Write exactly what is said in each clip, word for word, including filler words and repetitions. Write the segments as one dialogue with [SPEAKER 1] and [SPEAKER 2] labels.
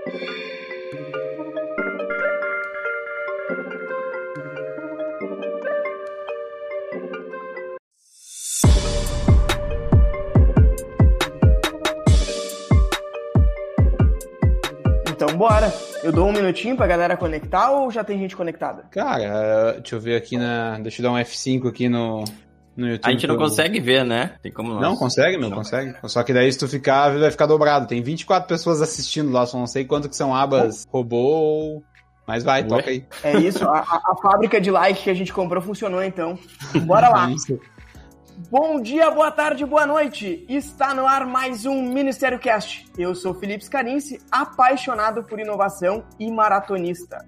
[SPEAKER 1] Então bora. Eu dou um minutinho pra galera conectar ou já tem gente conectada?
[SPEAKER 2] Cara, deixa eu ver aqui na... Deixa eu dar um F cinco aqui no, no YouTube.
[SPEAKER 3] A gente não eu... consegue ver, né? Tem como nós...
[SPEAKER 2] Não, consegue, meu, não consegue. Só que daí se tu ficar, vai ficar dobrado. Tem vinte e quatro pessoas assistindo lá, só não sei quanto que são abas oh. robô ou... Mas vai, Ué? toca aí.
[SPEAKER 1] É isso, a, a fábrica de like que a gente comprou funcionou então. Bora lá. Bom dia, boa tarde, boa noite. Está no ar mais um Ministério Cast. Eu sou Felipe Scarinci, apaixonado por inovação e maratonista.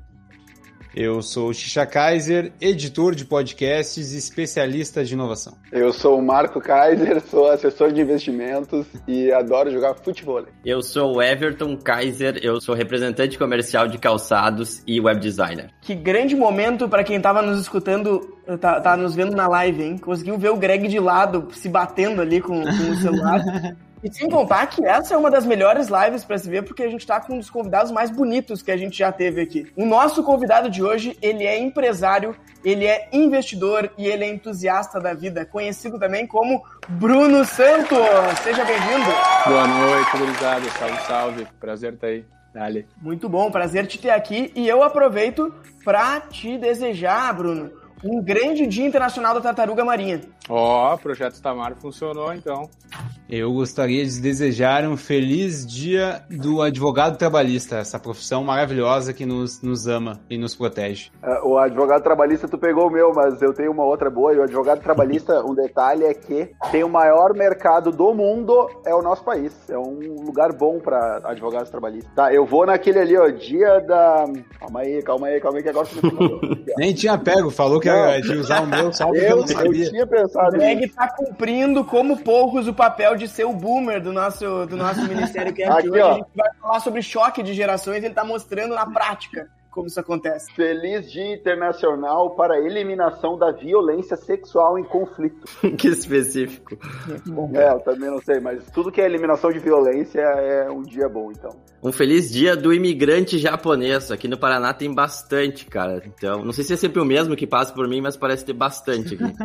[SPEAKER 2] Eu sou o Xixa Kaiser, editor de podcasts e especialista de inovação.
[SPEAKER 4] Eu sou o Marco Kaiser, sou assessor de investimentos e adoro jogar futebol.
[SPEAKER 3] Eu sou o Everton Kaiser, eu sou representante comercial de calçados e web designer.
[SPEAKER 1] Que grande momento para quem estava nos escutando, tá, tá nos vendo na live, hein? Conseguiu ver o Greg de lado se batendo ali com, com o celular. E sem contar que essa é uma das melhores lives para se ver, porque a gente tá com um dos convidados mais bonitos que a gente já teve aqui. O nosso convidado de hoje, ele é empresário, ele é investidor e ele é entusiasta da vida, conhecido também como Bruno Santos. Seja bem-vindo.
[SPEAKER 5] Boa noite, gurizada. Salve, salve. Prazer estar aí. Dale.
[SPEAKER 1] Muito bom, prazer te ter aqui. E eu aproveito para te desejar, Bruno, um grande Dia Internacional da Tartaruga Marinha.
[SPEAKER 5] Ó, oh, o Projeto Tamar funcionou, então.
[SPEAKER 2] Eu gostaria de desejar um feliz dia do advogado trabalhista, essa profissão maravilhosa que nos, nos ama e nos protege.
[SPEAKER 4] Uh, o advogado trabalhista, tu pegou o meu, mas eu tenho uma outra boa. E o advogado trabalhista, um detalhe é que tem o maior mercado do mundo, é o nosso país. É um lugar bom para advogados trabalhistas. Tá, eu vou naquele ali, ó, dia da... Calma aí, calma aí, calma aí, que agora você me
[SPEAKER 2] Nem tinha pego, falou que ia usar o meu, só porque eu, eu não sabia.
[SPEAKER 4] Eu tinha pensado.
[SPEAKER 1] O Greg tá cumprindo como poucos o papel de ser o boomer do nosso, do nosso Ministério que é aqui. Hoje ó. A gente vai falar sobre choque de gerações, ele tá mostrando na prática como isso acontece.
[SPEAKER 4] Feliz Dia Internacional para a Eliminação da Violência Sexual em Conflito.
[SPEAKER 3] Que específico.
[SPEAKER 4] Bom, é, eu também não sei, mas tudo que é eliminação de violência é um dia bom, então.
[SPEAKER 3] Um feliz dia do imigrante japonês. Aqui no Paraná tem bastante, cara. Então, não sei se é sempre o mesmo que passa por mim, mas parece ter bastante aqui.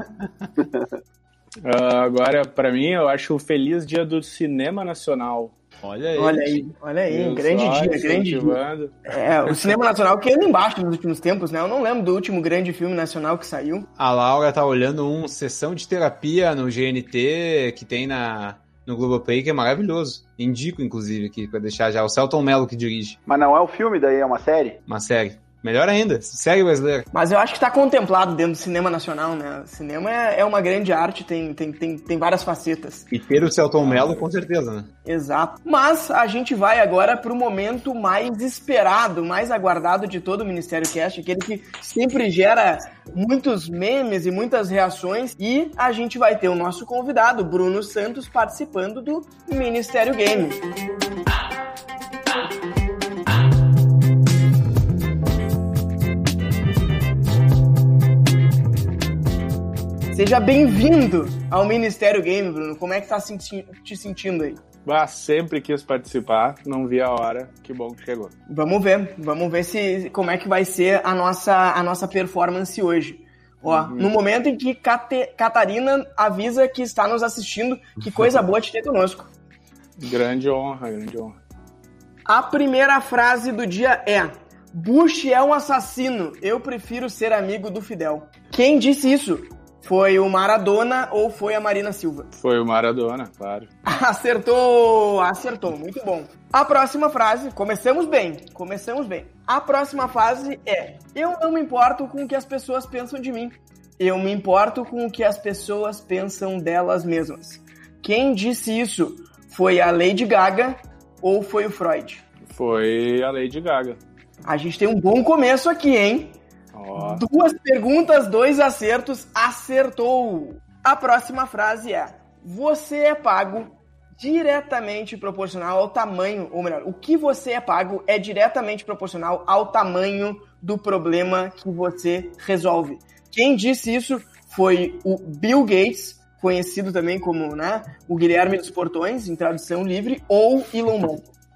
[SPEAKER 5] uh, agora, para mim, eu acho o feliz dia do cinema nacional.
[SPEAKER 2] Olha aí.
[SPEAKER 1] Olha aí, olha aí,
[SPEAKER 5] Meus
[SPEAKER 1] grande
[SPEAKER 5] olhos,
[SPEAKER 1] dia, grande dia. É, o cinema nacional que anda embaixo nos últimos tempos, né? Eu não lembro do último grande filme nacional que saiu.
[SPEAKER 2] A Laura tá olhando um Sessão de Terapia no G N T que tem na, no Globoplay, que é maravilhoso. Indico, inclusive, aqui, pra deixar já. O Celton Mello que dirige.
[SPEAKER 4] Mas não é um filme, daí é uma série?
[SPEAKER 2] Uma série. Melhor ainda, série brasileira.
[SPEAKER 1] Mas eu acho que tá contemplado dentro do cinema nacional, né? O cinema é, é uma grande arte, tem, tem, tem, tem várias facetas.
[SPEAKER 2] E ter o Celton Mello, com certeza, né?
[SPEAKER 1] Exato. Mas a gente vai agora pro momento mais esperado, mais aguardado de todo o Ministério Cast, aquele que sempre gera muitos memes e muitas reações. E a gente vai ter o nosso convidado, Bruno Santos, participando do Ministério Game. Seja bem-vindo ao Ministério Game, Bruno. Como é que tá te sentindo aí?
[SPEAKER 5] Ah, sempre quis participar, não vi a hora. Que bom que chegou.
[SPEAKER 1] Vamos ver, vamos ver se, como é que vai ser a nossa, a nossa performance hoje. Ó, uhum. No momento em que Cate, Catarina avisa que está nos assistindo, que coisa boa te ter conosco.
[SPEAKER 5] Grande honra, grande honra.
[SPEAKER 1] A primeira frase do dia é: Bush é um assassino, eu prefiro ser amigo do Fidel. Quem disse isso? Foi o Maradona ou foi a Marina Silva?
[SPEAKER 5] Foi o Maradona, claro.
[SPEAKER 1] Acertou! Acertou, muito bom. A próxima frase, começamos bem, começamos bem. A próxima frase é: eu não me importo com o que as pessoas pensam de mim. Eu me importo com o que as pessoas pensam delas mesmas. Quem disse isso? Foi a Lady Gaga ou foi o Freud?
[SPEAKER 5] Foi a Lady Gaga.
[SPEAKER 1] A gente tem um bom começo aqui, hein?
[SPEAKER 5] Oh.
[SPEAKER 1] Duas perguntas, dois acertos, acertou. A próxima frase é: você é pago diretamente proporcional ao tamanho, ou melhor, o que você é pago é diretamente proporcional ao tamanho do problema que você resolve. Quem disse isso foi o Bill Gates, conhecido também como, né, o Guilherme dos Portões, em tradução livre, ou Elon Musk.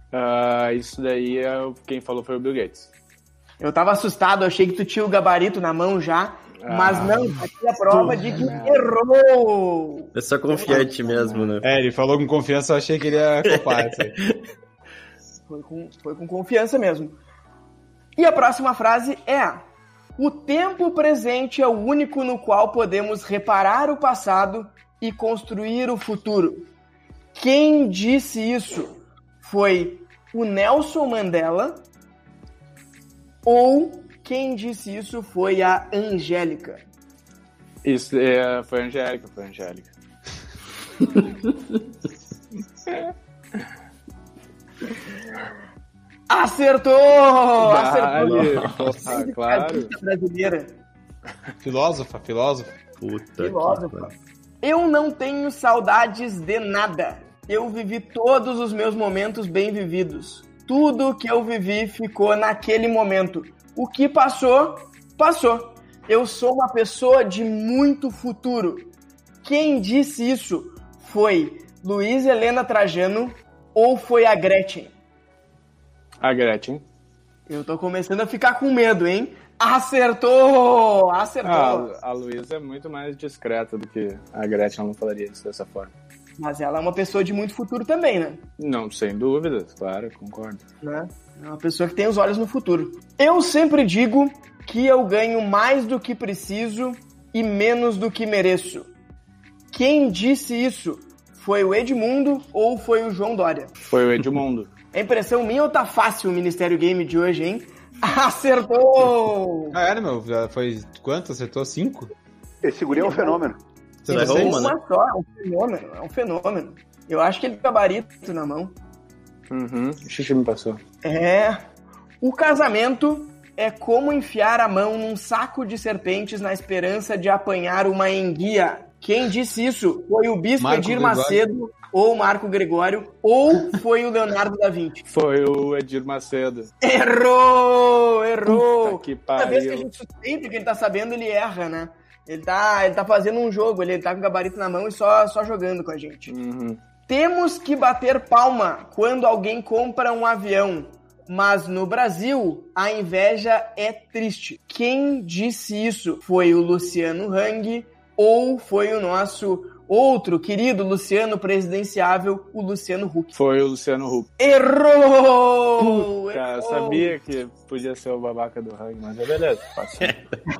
[SPEAKER 5] Uh, isso daí, é, quem falou foi o Bill Gates.
[SPEAKER 1] Eu tava assustado, eu achei que tu tinha o gabarito na mão já, ah, mas não, aqui é a prova de que errou!
[SPEAKER 3] É só confiante mesmo, né?
[SPEAKER 2] É, ele falou com confiança, eu achei que ele ia culpar isso aí.
[SPEAKER 1] Foi com, foi com confiança mesmo. E a próxima frase é: o tempo presente é o único no qual podemos reparar o passado e construir o futuro. Quem disse isso? Foi o Nelson Mandela, ou quem disse isso foi a Angélica?
[SPEAKER 5] Isso é, foi a Angélica, foi a Angélica.
[SPEAKER 1] Acertou!
[SPEAKER 5] Vale,
[SPEAKER 1] Acertou!
[SPEAKER 5] porra, claro.
[SPEAKER 1] Brasileira.
[SPEAKER 2] Filósofa, filósofa.
[SPEAKER 3] Puta
[SPEAKER 1] Filósofa. Eu não tenho saudades de nada. Eu vivi todos os meus momentos bem vividos. Tudo que eu vivi ficou naquele momento. O que passou, passou. Eu sou uma pessoa de muito futuro. Quem disse isso foi Luiz Helena Trajano ou foi a Gretchen?
[SPEAKER 5] A Gretchen.
[SPEAKER 1] Eu tô começando a ficar com medo, hein? Acertou! Acertou!
[SPEAKER 5] Ah, a Luísa é muito mais discreta do que a Gretchen, ela não falaria isso dessa forma.
[SPEAKER 1] Mas ela é uma pessoa de muito futuro também, né?
[SPEAKER 5] Não, sem dúvida, claro, concordo.
[SPEAKER 1] Né? É uma pessoa que tem os olhos no futuro. Eu sempre digo que eu ganho mais do que preciso e menos do que mereço. Quem disse isso? Foi o Edmundo ou foi o João Dória?
[SPEAKER 5] Foi o Edmundo.
[SPEAKER 1] É impressão minha ou tá fácil o Ministério Game de hoje, hein? Acertou!
[SPEAKER 2] Ah, era, meu? Foi quanto? Acertou? Cinco?
[SPEAKER 4] Esse guri é um fenômeno.
[SPEAKER 3] Você errou uma, né?
[SPEAKER 1] Uma só, é um fenômeno, é um fenômeno. Eu acho que ele tem gabarito na mão.
[SPEAKER 5] Uhum, o xixi me passou.
[SPEAKER 1] É. O casamento é como enfiar a mão num saco de serpentes na esperança de apanhar uma enguia. Quem disse isso? Foi o Bispo
[SPEAKER 2] Marco
[SPEAKER 1] Edir
[SPEAKER 2] Gregório.
[SPEAKER 1] Macedo ou Marco Gregório ou foi o Leonardo da Vinci?
[SPEAKER 5] Foi o Edir Macedo.
[SPEAKER 1] Errou! Errou!
[SPEAKER 5] Puta que
[SPEAKER 1] Toda vez que a
[SPEAKER 5] pariu.
[SPEAKER 1] gente suspeita que ele tá sabendo, ele erra, né? Ele tá, ele tá fazendo um jogo, ele tá com o gabarito na mão e só, só jogando com a gente.
[SPEAKER 5] Uhum.
[SPEAKER 1] Temos que bater palma quando alguém compra um avião, mas no Brasil a inveja é triste. Quem disse isso? Foi o Luciano Hang ou foi o nosso outro querido Luciano presidenciável, o Luciano Huck?
[SPEAKER 5] Foi o Luciano Huck.
[SPEAKER 1] Errou!
[SPEAKER 5] Cara, eu
[SPEAKER 1] Errou!
[SPEAKER 5] sabia que podia ser o babaca do Hang, mas é beleza, passou.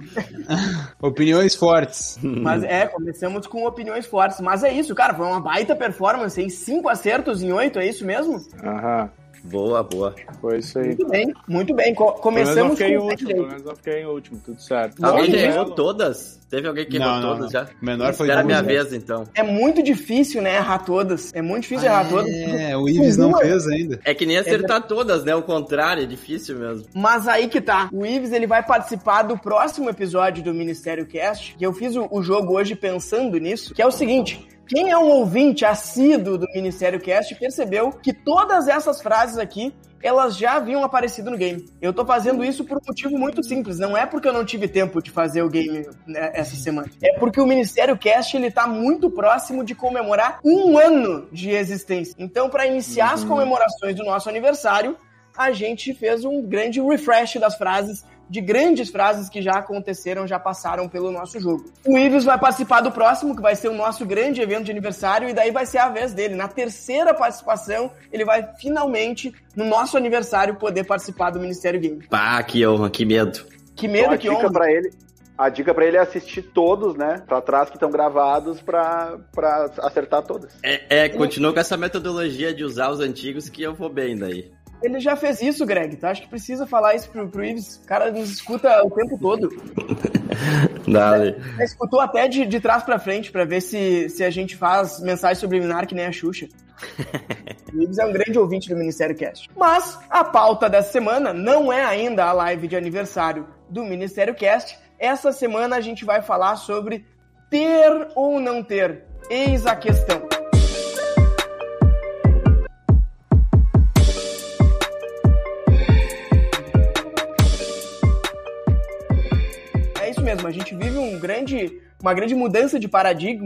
[SPEAKER 2] Opiniões fortes.
[SPEAKER 1] Mas é, começamos com opiniões fortes. Mas é isso, cara, foi uma baita performance, hein? Cinco acertos em oito, é isso mesmo?
[SPEAKER 5] Aham,
[SPEAKER 3] Boa, boa.
[SPEAKER 5] foi isso aí.
[SPEAKER 1] Muito bem, muito bem. Co-
[SPEAKER 5] Pelo menos não
[SPEAKER 1] começamos
[SPEAKER 5] fiquei em
[SPEAKER 1] com o
[SPEAKER 5] último, pelo menos não fiquei em último, tudo certo.
[SPEAKER 3] Alguém já
[SPEAKER 1] Bom,
[SPEAKER 3] errou
[SPEAKER 5] Belo.
[SPEAKER 3] todas? Teve alguém que errou
[SPEAKER 2] Não, não,
[SPEAKER 3] todas
[SPEAKER 2] não.
[SPEAKER 3] já?
[SPEAKER 2] O menor foi
[SPEAKER 3] Era a minha
[SPEAKER 2] duas,
[SPEAKER 3] vez, então.
[SPEAKER 1] É muito difícil, né, errar todas. É muito difícil errar todas.
[SPEAKER 2] É, o Ives não
[SPEAKER 1] Uma-
[SPEAKER 2] fez ainda.
[SPEAKER 3] É que nem acertar todas, né? O contrário, é difícil mesmo.
[SPEAKER 1] Mas aí que tá. O Ives, ele vai participar do próximo episódio do Ministério Cast, que eu fiz o, o jogo hoje pensando nisso, que é o seguinte: quem é um ouvinte assíduo do Ministério Cast percebeu que todas essas frases aqui, elas já haviam aparecido no game. Eu tô fazendo isso por um motivo muito simples. Não é porque eu não tive tempo de fazer o game, né, essa semana. É porque o Ministério Cast, ele tá muito próximo de comemorar um ano de existência. Então, para iniciar as comemorações do nosso aniversário, a gente fez um grande refresh das frases, de grandes frases que já aconteceram, já passaram pelo nosso jogo. O Ives vai participar do próximo, que vai ser o nosso grande evento de aniversário, e daí vai ser a vez dele. Na terceira participação, ele vai finalmente, no nosso aniversário, poder participar do Ministério Game.
[SPEAKER 3] Pá, que honra, que medo.
[SPEAKER 1] Que
[SPEAKER 4] Então,
[SPEAKER 1] medo,
[SPEAKER 4] a
[SPEAKER 1] que
[SPEAKER 4] dica
[SPEAKER 1] honra.
[SPEAKER 4] pra ele, a dica pra ele é assistir todos, né? Pra trás que estão gravados pra, pra acertar todas.
[SPEAKER 3] É, é, continua com essa metodologia de usar os antigos que eu vou bem daí.
[SPEAKER 1] Ele já fez isso, Greg, tá? Acho que precisa falar isso pro, pro Ives. O cara nos escuta o tempo todo.
[SPEAKER 3] Dale.
[SPEAKER 1] Já escutou até de, de trás pra frente pra ver se, se a gente faz mensagem subliminar que nem a Xuxa. O Ives é um grande ouvinte do Ministério Cast. Mas a pauta dessa semana não é ainda a live de aniversário do Ministério Cast. Essa semana a gente vai falar sobre ter ou não ter. Eis a questão. É isso mesmo, a gente vive um grande, uma grande mudança de paradigma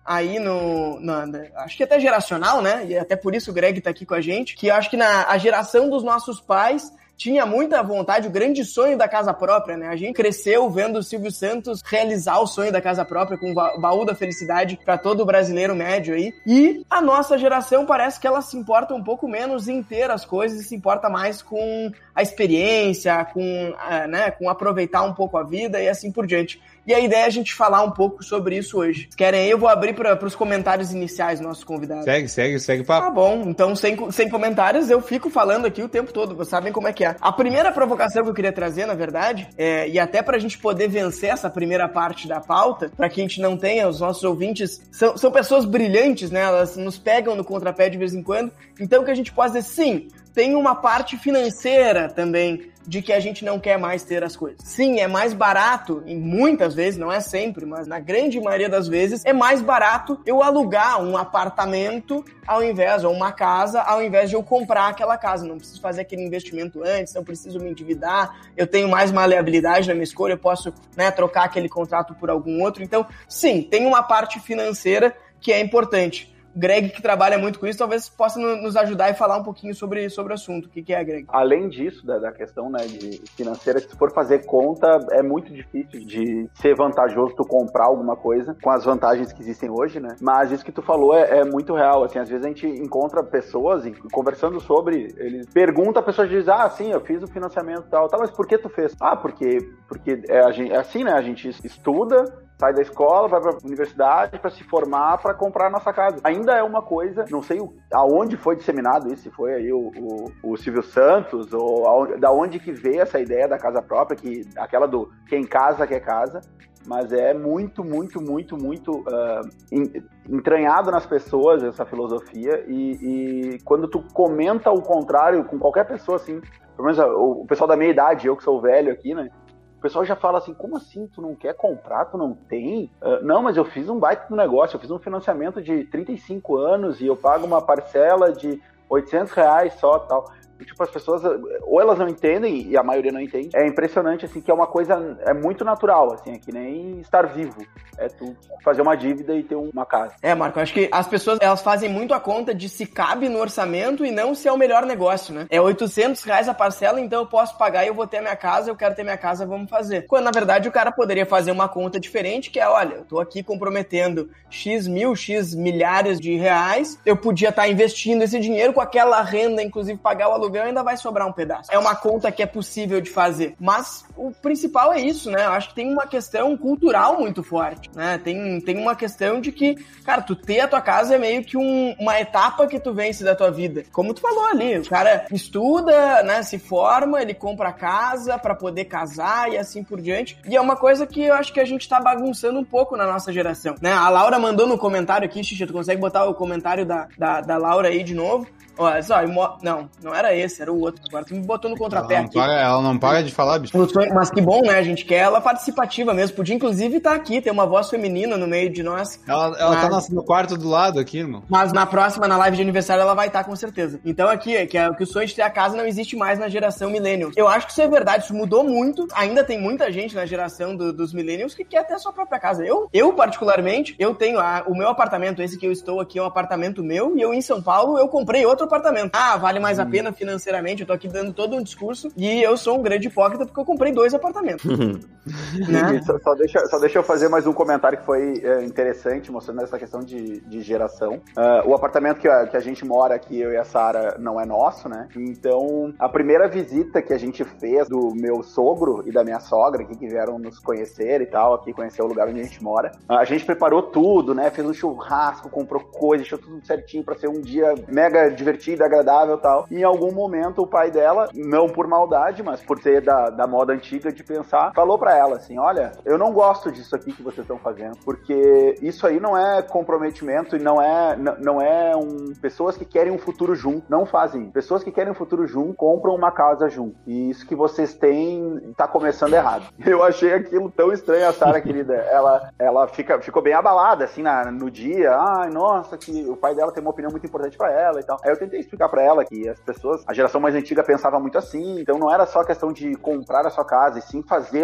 [SPEAKER 1] aí no, na, na, acho que até geracional, né, e até por isso o Greg tá aqui com a gente, que eu acho que na a geração dos nossos pais tinha muita vontade, o grande sonho da casa própria, né? A gente cresceu vendo o Silvio Santos realizar o sonho da casa própria com o baú da felicidade para todo brasileiro médio aí. E a nossa geração parece que ela se importa um pouco menos em ter as coisas e se importa mais com a experiência, com, né, com aproveitar um pouco a vida e assim por diante. E a ideia é a gente falar um pouco sobre isso hoje. Se querem aí, eu vou abrir para os comentários iniciais dos nossos convidados.
[SPEAKER 2] Segue, segue, segue o papo.
[SPEAKER 1] Tá bom, então sem, sem comentários eu fico falando aqui o tempo todo, vocês sabem como é que é. A primeira provocação que eu queria trazer, na verdade, é, e até pra gente poder vencer essa primeira parte da pauta, pra que a gente não tenha, os nossos ouvintes são, são pessoas brilhantes, né? Elas nos pegam no contrapé de vez em quando, então que a gente possa dizer, sim, tem uma parte financeira também de que a gente não quer mais ter as coisas. Sim, é mais barato, e muitas vezes, não é sempre, mas na grande maioria das vezes, é mais barato eu alugar um apartamento ao invés, ou uma casa, ao invés de eu comprar aquela casa. Não preciso fazer aquele investimento antes, não preciso me endividar, eu tenho mais maleabilidade na minha escolha, eu posso, né, trocar aquele contrato por algum outro. Então, sim, tem uma parte financeira que é importante. Greg, que trabalha muito com isso, talvez possa nos ajudar e falar um pouquinho sobre, sobre o assunto. O que, que é, Greg?
[SPEAKER 4] Além disso, da, da questão, né, de financeira, se for fazer conta, é muito difícil de ser vantajoso tu comprar alguma coisa com as vantagens que existem hoje, né? Mas isso que tu falou é, é muito real, assim, às vezes a gente encontra pessoas e conversando sobre, ele pergunta, a pessoa diz, ah, sim, eu fiz o financiamento e tal, tá, mas por que tu fez? Ah, porque, porque é, a gente, é assim, né, a gente estuda, sai da escola, vai para a universidade para se formar, para comprar a nossa casa. Ainda é uma coisa, não sei o, aonde foi disseminado isso, se foi aí o, o, o Silvio Santos, ou aonde, da onde que veio essa ideia da casa própria, que, aquela do quem casa quer casa, mas é muito, muito, muito, muito uh, entranhado nas pessoas essa filosofia, e, e quando tu comenta o contrário com qualquer pessoa, assim, pelo menos o, o pessoal da minha idade, eu que sou velho aqui, né, o pessoal já fala assim, como assim, tu não quer comprar, tu não tem? Uh, não, mas eu fiz um baita do negócio, eu fiz um financiamento de trinta e cinco anos e eu pago uma parcela de oitocentos reais só, tal. E, tipo, as pessoas, ou elas não entendem, e a maioria não entende. É impressionante, assim, que é uma coisa, é muito natural, assim, é que nem estar vivo. É tu fazer uma dívida e ter uma casa.
[SPEAKER 1] É, Marco, eu acho que as pessoas, elas fazem muito a conta de se cabe no orçamento e não se é o melhor negócio, né? É oitocentos reais a parcela, então eu posso pagar e eu vou ter a minha casa, eu quero ter minha casa, vamos fazer. Quando, na verdade, o cara poderia fazer uma conta diferente, que é, olha, eu tô aqui comprometendo X mil, X milhares de reais, eu podia estar investindo esse dinheiro com aquela renda, inclusive pagar o aluguel, ainda vai sobrar um pedaço. É uma conta que é possível de fazer. Mas o principal é isso, né? Eu acho que tem uma questão cultural muito forte, né? Tem, tem uma questão de que, cara, tu ter a tua casa é meio que um, uma etapa que tu vence da tua vida. Como tu falou ali, o cara estuda, né? Se forma, ele compra a casa pra poder casar e assim por diante. E é uma coisa que eu acho que a gente tá bagunçando um pouco na nossa geração, né? A Laura mandou no comentário aqui, Xixi, tu consegue botar o comentário da, da, da Laura aí de novo? Olha só, não, não era esse, era o outro. Agora tu me botou no contrapé
[SPEAKER 2] ela
[SPEAKER 1] aqui.
[SPEAKER 2] Para, ela não para de falar, bicho.
[SPEAKER 1] Mas que bom, né? A gente quer ela participativa mesmo. Podia, inclusive, estar tá aqui, ter uma voz feminina no meio de nós.
[SPEAKER 2] Ela, ela mas... tá no quarto do lado aqui, irmão.
[SPEAKER 1] Mas na próxima, na live de aniversário, ela vai estar, tá, com certeza. Então aqui, que, é, que o sonho de ter a casa não existe mais na geração millennials. Eu acho que isso é verdade, isso mudou muito. Ainda tem muita gente na geração do, dos millennials que quer ter a sua própria casa. Eu, eu particularmente, eu tenho a, o meu apartamento, esse que eu estou aqui é um apartamento meu, e eu em São Paulo, eu comprei outro apartamento. Ah, vale mais a pena financeiramente, eu tô aqui dando todo um discurso e eu sou um grande hipócrita porque eu comprei dois apartamentos.
[SPEAKER 4] Né? só, só, deixa, só deixa eu fazer mais um comentário que foi é, interessante, mostrando essa questão de, de geração. Uh, o apartamento que a, que a gente mora aqui, eu e a Sara, não é nosso, né? Então, a primeira visita que a gente fez do meu sogro e da minha sogra, aqui, que vieram nos conhecer e tal, aqui conhecer o lugar onde a gente mora, a gente preparou tudo, né? Fez um churrasco, comprou coisas, deixou tudo certinho pra ser um dia mega divertido, agradável e tal. E em algum momento o pai dela, não por maldade, mas por ser da, da moda antiga de pensar, falou pra ela assim, olha, eu não gosto disso aqui que vocês estão fazendo, porque isso aí não é comprometimento e não é, não, não é um... pessoas que querem um futuro junto, não fazem. Pessoas que querem um futuro junto, compram uma casa junto. E isso que vocês têm tá começando errado. Eu achei aquilo tão estranho, a Sara, querida. Ela, ela fica, ficou bem abalada, assim, na, no dia. Ai, nossa, que o pai dela tem uma opinião muito importante pra ela e tal. Aí eu tentei explicar pra ela que as pessoas, a geração mais antiga pensava muito assim, então não era só questão de comprar a sua casa, e sim fazer uma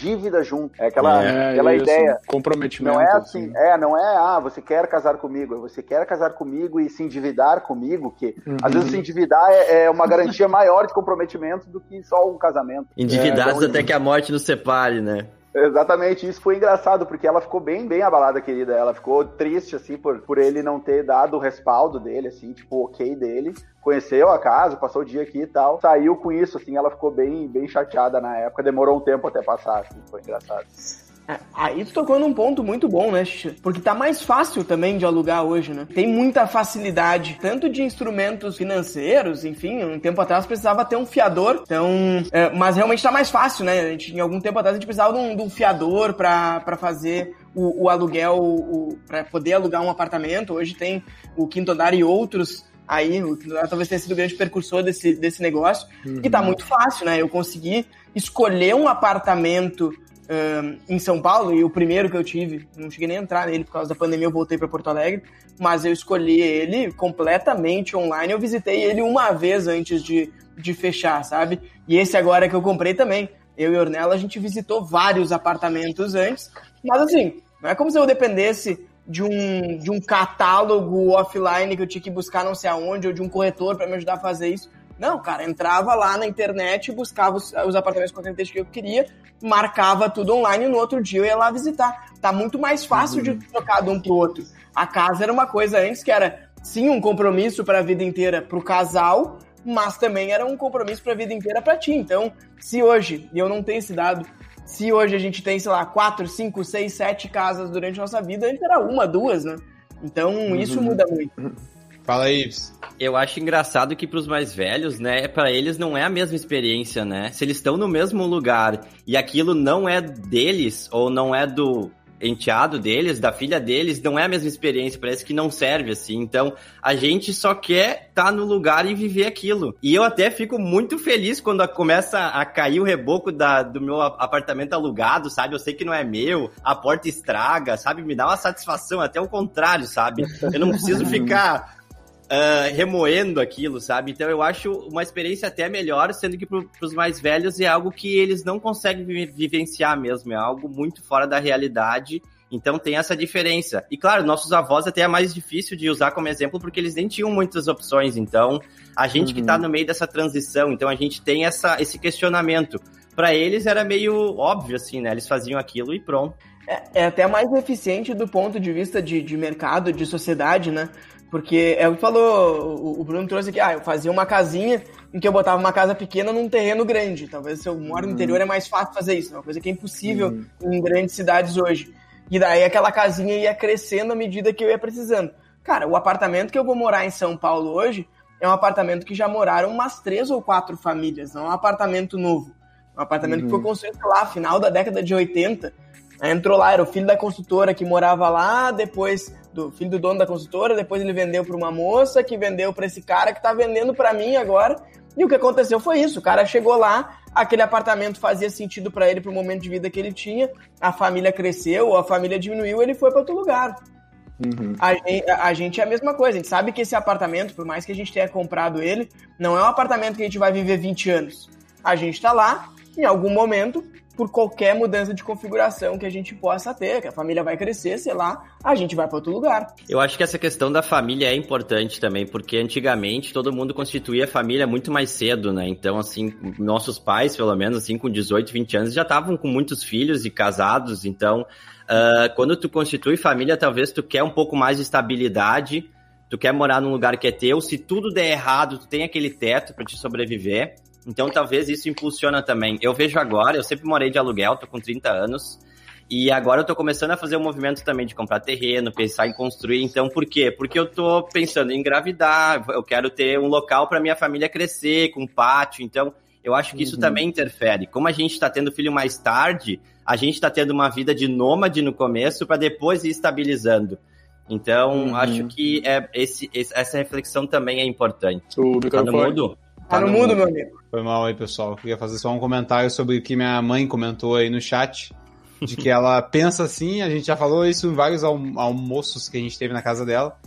[SPEAKER 4] dívida junto. É aquela,
[SPEAKER 5] É,
[SPEAKER 4] aquela
[SPEAKER 5] isso,
[SPEAKER 4] ideia.
[SPEAKER 5] comprometimento.
[SPEAKER 4] Não é assim, é, não é, ah, você quer casar comigo, você quer casar comigo e se endividar comigo, que
[SPEAKER 5] Uhum.
[SPEAKER 4] às vezes se endividar é, é uma garantia maior de comprometimento do que só um casamento.
[SPEAKER 3] Endividados
[SPEAKER 4] É, então,
[SPEAKER 3] até que a morte nos separe, né?
[SPEAKER 4] exatamente, isso foi engraçado, porque ela ficou bem, bem abalada, querida. Ela ficou triste, assim, por, por ele não ter dado o respaldo dele, assim, tipo, o ok dele. Conheceu a casa, passou o dia aqui e tal. Saiu com isso, assim, ela ficou bem, bem chateada na época. Demorou um tempo até passar, assim, foi engraçado.
[SPEAKER 1] É, aí tu tocou num ponto muito bom, né, Xixi? Porque tá mais fácil também de alugar hoje, né? Tem muita facilidade, tanto de instrumentos financeiros, enfim, um tempo atrás precisava ter um fiador, então, é, mas realmente tá mais fácil, né? A gente, em algum tempo atrás a gente precisava de um, de um fiador pra, pra fazer o, o aluguel, o, pra poder alugar um apartamento. Hoje tem o Quinto Andar e outros aí, o Quinto Andar talvez tenha sido o grande precursor desse, desse negócio, uhum. E tá muito fácil, né? Eu consegui escolher um apartamento Um, em São Paulo, e o primeiro que eu tive, não cheguei nem a entrar nele por causa da pandemia, eu voltei para Porto Alegre, mas eu escolhi ele completamente online, eu visitei ele uma vez antes de, de fechar, sabe? E esse agora que eu comprei também, eu e Ornella, a gente visitou vários apartamentos antes, mas assim, não é como se eu dependesse de um, de um catálogo offline que eu tinha que buscar não sei aonde, ou de um corretor para me ajudar a fazer isso. Não, cara, entrava lá na internet, buscava os, os apartamentos com a característica que eu queria, marcava tudo online e no outro dia eu ia lá visitar. Tá muito mais fácil uhum. de trocar de um pro outro. A casa era uma coisa antes que era, sim, um compromisso para a vida inteira pro casal, mas também era um compromisso para a vida inteira para ti. Então, se hoje, e eu não tenho esse dado, se hoje a gente tem, sei lá, quatro, cinco, seis, sete casas durante a nossa vida, antes era uma, duas, né? Então, uhum. isso muda muito.
[SPEAKER 2] Fala aí, Ives.
[SPEAKER 3] Eu acho engraçado que pros mais velhos, né, pra eles não é a mesma experiência, né? Se eles estão no mesmo lugar e aquilo não é deles, ou não é do enteado deles, da filha deles, não é a mesma experiência, parece que não serve, assim. Então, a gente só quer estar tá no lugar e viver aquilo. E eu até fico muito feliz quando começa a cair o reboco da, do meu apartamento alugado, sabe? Eu sei que não é meu, a porta estraga, sabe? Me dá uma satisfação, até o contrário, sabe? Eu não preciso ficar... Uh, remoendo aquilo, sabe? Então eu acho uma experiência até melhor, sendo que pro, pros mais velhos é algo que eles não conseguem vi- vivenciar mesmo, é algo muito fora da realidade, então tem essa diferença. E claro, nossos avós até é mais difícil de usar como exemplo, porque eles nem tinham muitas opções, então a gente uhum. que tá no meio dessa transição, então a gente tem essa, esse questionamento. Para eles era meio óbvio, assim, né? Eles faziam aquilo e pronto.
[SPEAKER 1] É, é até mais eficiente do ponto de vista de, de mercado, de sociedade, né? Porque é o que falou, o Bruno trouxe aqui, ah, eu fazia uma casinha em que eu botava uma casa pequena num terreno grande. Talvez se eu moro no interior é mais fácil fazer isso, é uma coisa que é impossível uhum. em grandes cidades hoje. E daí aquela casinha ia crescendo à medida que eu ia precisando. Cara, o apartamento que eu vou morar em São Paulo hoje é um apartamento que já moraram umas três ou quatro famílias, não é um apartamento novo. É um apartamento uhum. que foi construído lá, final da década de oitenta. Entrou lá, era o filho da construtora que morava lá, depois do filho do dono da construtora, depois ele vendeu para uma moça, que vendeu para esse cara que tá vendendo para mim agora. E o que aconteceu foi isso, o cara chegou lá, aquele apartamento fazia sentido para ele pro momento de vida que ele tinha, a família cresceu, a família diminuiu, ele foi para outro lugar. Uhum. A, gente, a gente é a mesma coisa, a gente sabe que esse apartamento, por mais que a gente tenha comprado ele, não é um apartamento que a gente vai viver vinte anos. A gente tá lá, em algum momento, por qualquer mudança de configuração que a gente possa ter, que a família vai crescer, sei lá, a gente vai para outro lugar.
[SPEAKER 3] Eu acho que essa questão da família é importante também, porque antigamente todo mundo constituía família muito mais cedo, né? Então, assim, nossos pais, pelo menos, assim, com dezoito, vinte anos, já estavam com muitos filhos e casados, então, uh, quando tu constitui família, talvez tu quer um pouco mais de estabilidade, tu quer morar num lugar que é teu, se tudo der errado, tu tem aquele teto para te sobreviver. Então, talvez isso impulsiona também. Eu vejo agora, eu sempre morei de aluguel, tô com trinta anos, e agora eu tô começando a fazer um movimento também de comprar terreno, pensar em construir. Então, por quê? Porque eu tô pensando em engravidar, eu quero ter um local para minha família crescer, com pátio. Então, eu acho que isso uhum. também interfere. Como a gente tá tendo filho mais tarde, a gente tá tendo uma vida de nômade no começo para depois ir estabilizando. Então, uhum. acho que é, esse, essa reflexão também é importante.
[SPEAKER 5] O
[SPEAKER 3] tá no mudo?
[SPEAKER 1] Tá, tá no, no mundo, meu amigo.
[SPEAKER 2] Foi mal aí, pessoal. Eu queria fazer só um comentário sobre o que minha mãe comentou aí no chat, de que ela pensa assim, a gente já falou isso em vários alm- almoços que a gente teve na casa dela,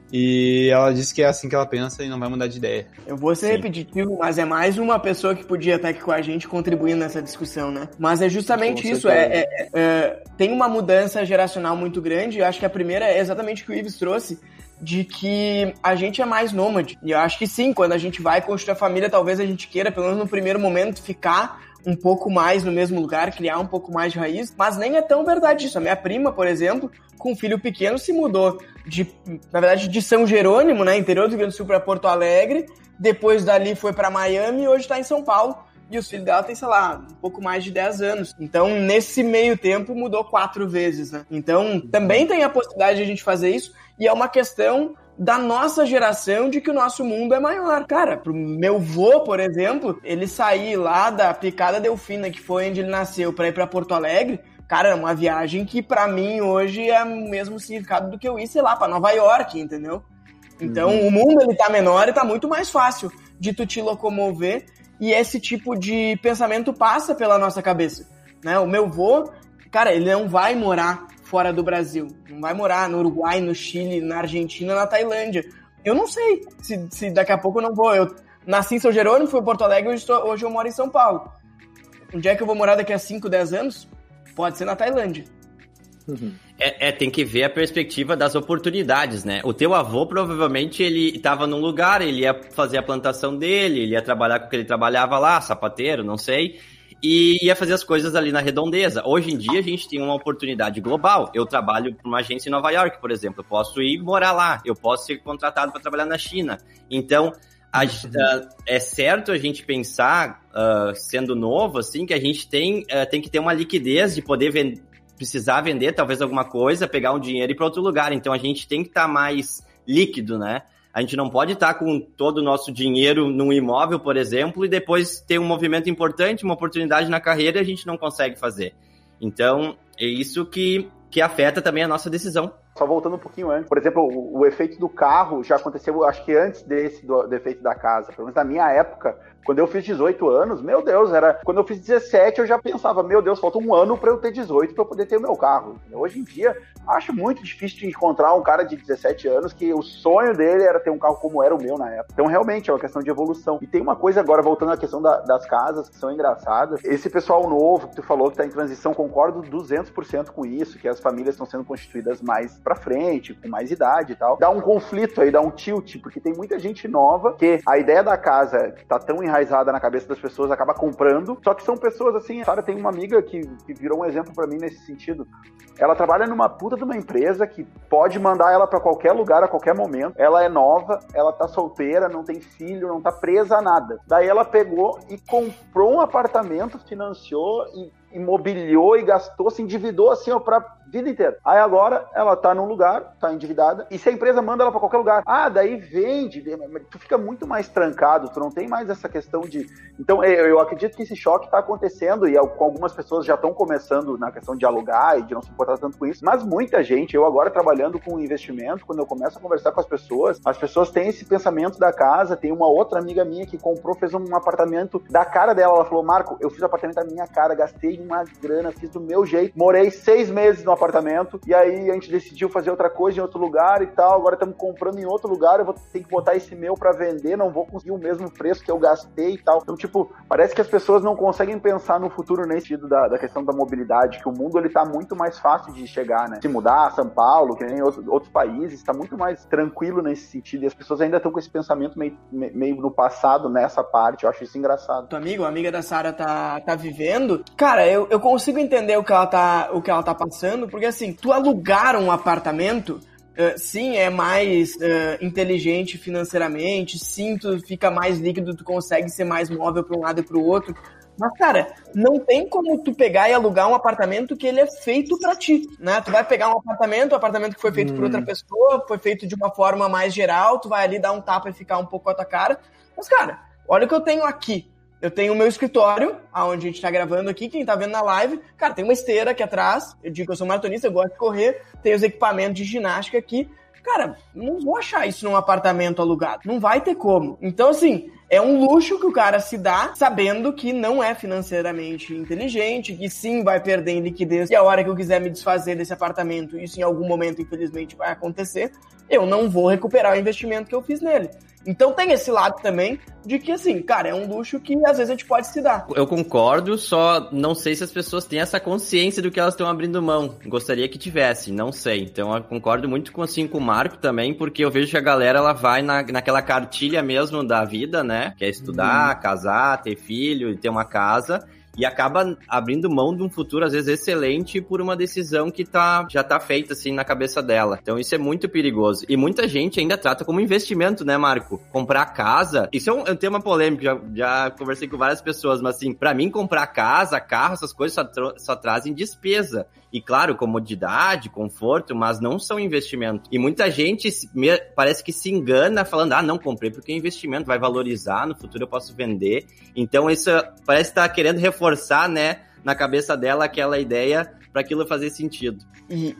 [SPEAKER 2] E ela disse que é assim que ela pensa e não vai mudar de ideia.
[SPEAKER 1] Eu vou ser Sim. repetitivo, mas é mais uma pessoa que podia estar aqui com a gente contribuindo nessa discussão, né? Mas é justamente com isso, é, é, é, tem uma mudança geracional muito grande, eu acho que a primeira é exatamente o que o Ives trouxe, de que a gente é mais nômade. E eu acho que sim, quando a gente vai construir a família, talvez a gente queira, pelo menos no primeiro momento, ficar um pouco mais no mesmo lugar, criar um pouco mais de raiz, mas nem é tão verdade isso. A minha prima, por exemplo, com um filho pequeno, se mudou de, na verdade, de São Jerônimo, né, interior do Rio Grande do Sul, para Porto Alegre, depois dali foi para Miami e hoje está em São Paulo. E os filhos dela têm, sei lá, um pouco mais de dez anos. Então, nesse meio tempo, mudou quatro vezes, né? Então, também tem a possibilidade de a gente fazer isso, e é uma questão da nossa geração de que o nosso mundo é maior. Cara, pro meu vô, por exemplo, ele sair lá da Picada Delfina, que foi onde ele nasceu, pra ir pra Porto Alegre, cara, é uma viagem que pra mim hoje é o mesmo significado do que eu ir, sei lá, pra Nova York, entendeu? Então, uhum. o mundo, ele tá menor e tá muito mais fácil de tu te locomover, e esse tipo de pensamento passa pela nossa cabeça, né? O meu vô, cara, ele não vai morar fora do Brasil, não vai morar no Uruguai, no Chile, na Argentina, na Tailândia. Eu não sei se, se daqui a pouco eu não vou. Eu nasci em São Jerônimo, fui a Porto Alegre, hoje, estou, hoje eu moro em São Paulo. Onde é que eu vou morar daqui a cinco, dez anos? Pode ser na Tailândia.
[SPEAKER 3] Uhum. É, é, tem que ver a perspectiva das oportunidades, né? O teu avô, provavelmente, ele estava num lugar, ele ia fazer a plantação dele, ele ia trabalhar com o que ele trabalhava lá, sapateiro, não sei, e ia fazer as coisas ali na redondeza. Hoje em dia, a gente tem uma oportunidade global. Eu trabalho para uma agência em Nova York, por exemplo. Eu posso ir morar lá, eu posso ser contratado para trabalhar na China. Então, a, uh, é certo a gente pensar, uh, sendo novo, assim, que a gente tem, uh, tem que ter uma liquidez de poder vender, precisar vender talvez alguma coisa, pegar um dinheiro e ir para outro lugar. Então a gente tem que estar tá mais líquido, né? A gente não pode estar tá com todo o nosso dinheiro num imóvel, por exemplo, e depois ter um movimento importante, uma oportunidade na carreira e a gente não consegue fazer. Então é isso que, que afeta também a nossa decisão.
[SPEAKER 4] Só voltando um pouquinho antes. Por exemplo, o, o efeito do carro já aconteceu, acho que antes desse, do, do efeito da casa. Pelo menos na minha época, quando eu fiz dezoito anos, meu Deus, era... Quando eu fiz dezessete, eu já pensava, meu Deus, falta um ano pra eu ter dezoito pra eu poder ter o meu carro. Hoje em dia, acho muito difícil de encontrar um cara de dezessete anos que o sonho dele era ter um carro como era o meu na época. Então, realmente, é uma questão de evolução. E tem uma coisa agora, voltando à questão da, das casas, que são engraçadas. Esse pessoal novo que tu falou, que tá em transição, concordo duzentos por cento com isso, que as famílias estão sendo constituídas mais pra frente, com mais idade e tal. Dá um conflito aí, dá um tilt, porque tem muita gente nova que a ideia da casa tá tão enraizada na cabeça das pessoas, acaba comprando, só que são pessoas assim, a Sara tem uma amiga que, que virou um exemplo pra mim nesse sentido. Ela trabalha numa puta de uma empresa que pode mandar ela pra qualquer lugar, a qualquer momento. Ela é nova, ela tá solteira, não tem filho, não tá presa a nada. Daí ela pegou e comprou um apartamento, financiou e imobiliou e gastou, se endividou assim, ó, pra vida inteira. Aí agora ela tá num lugar, tá endividada, e se a empresa manda ela pra qualquer lugar, ah, daí vende, tu fica muito mais trancado, tu não tem mais essa questão de... Então, eu acredito que esse choque tá acontecendo, e algumas pessoas já estão começando na questão de alugar e de não se importar tanto com isso, mas muita gente, eu agora trabalhando com investimento, quando eu começo a conversar com as pessoas, as pessoas têm esse pensamento da casa. Tem uma outra amiga minha que comprou, fez um apartamento da cara dela, ela falou, Marco, eu fiz o apartamento da minha cara, gastei uma grana, fiz do meu jeito, morei seis meses no apartamento, e aí a gente decidiu fazer outra coisa em outro lugar e tal, agora estamos comprando em outro lugar, eu vou ter que botar esse meu pra vender, não vou conseguir o mesmo preço que eu gastei e tal. Então, tipo, parece que as pessoas não conseguem pensar no futuro nesse sentido da, da questão da mobilidade, que o mundo, ele tá muito mais fácil de chegar, né? Se mudar, São Paulo, que nem outros, outros países, tá muito mais tranquilo nesse sentido, e as pessoas ainda estão com esse pensamento meio, meio no passado, nessa parte. Eu acho isso engraçado.
[SPEAKER 1] Tu amigo, a amiga da Sara tá, tá vivendo, cara, eu, eu consigo entender o que ela tá, o que ela tá passando, porque assim, tu alugar um apartamento, uh, sim, é mais uh, inteligente financeiramente, sim, tu fica mais líquido, tu consegue ser mais móvel para um lado e pro outro, mas, cara, não tem como tu pegar e alugar um apartamento que ele é feito pra ti, né? Tu vai pegar um apartamento, um apartamento que foi feito hum. por outra pessoa, foi feito de uma forma mais geral, tu vai ali dar um tapa e ficar um pouco com a tua cara, mas, cara, olha o que eu tenho aqui. Eu tenho o meu escritório, onde a gente tá gravando aqui, quem tá vendo na live, cara, tem uma esteira aqui atrás, eu digo que eu sou maratonista, eu gosto de correr, tem os equipamentos de ginástica aqui, cara, não vou achar isso num apartamento alugado, não vai ter como. Então, assim, é um luxo que o cara se dá, sabendo que não é financeiramente inteligente, que sim, vai perder em liquidez, e a hora que eu quiser me desfazer desse apartamento, isso em algum momento, infelizmente, vai acontecer, eu não vou recuperar o investimento que eu fiz nele. Então tem esse lado também de que, assim, cara, é um luxo que às vezes a gente pode se dar.
[SPEAKER 3] Eu concordo, só não sei se as pessoas têm essa consciência do que elas estão abrindo mão. Gostaria que tivessem, não sei. Então eu concordo muito com, assim, com o Marco também, porque eu vejo que a galera, ela vai na, naquela cartilha mesmo da vida, né? Que é estudar, hum. casar, ter filho e ter uma casa. E acaba abrindo mão de um futuro, às vezes, excelente por uma decisão que tá, já tá feita, assim, na cabeça dela. Então, isso é muito perigoso. E muita gente ainda trata como investimento, né, Marco? Comprar casa, isso é um, é um tema polêmico, já, já conversei com várias pessoas, mas, assim, pra mim, comprar casa, carro, essas coisas só, tra- só trazem despesa. E, claro, comodidade, conforto, mas não são investimento. E muita gente me, parece que se engana falando, ah, não, comprei porque é investimento, vai valorizar, no futuro eu posso vender. Então, isso parece estar querendo reforçar, né, na cabeça dela aquela ideia para aquilo fazer sentido.
[SPEAKER 1] E,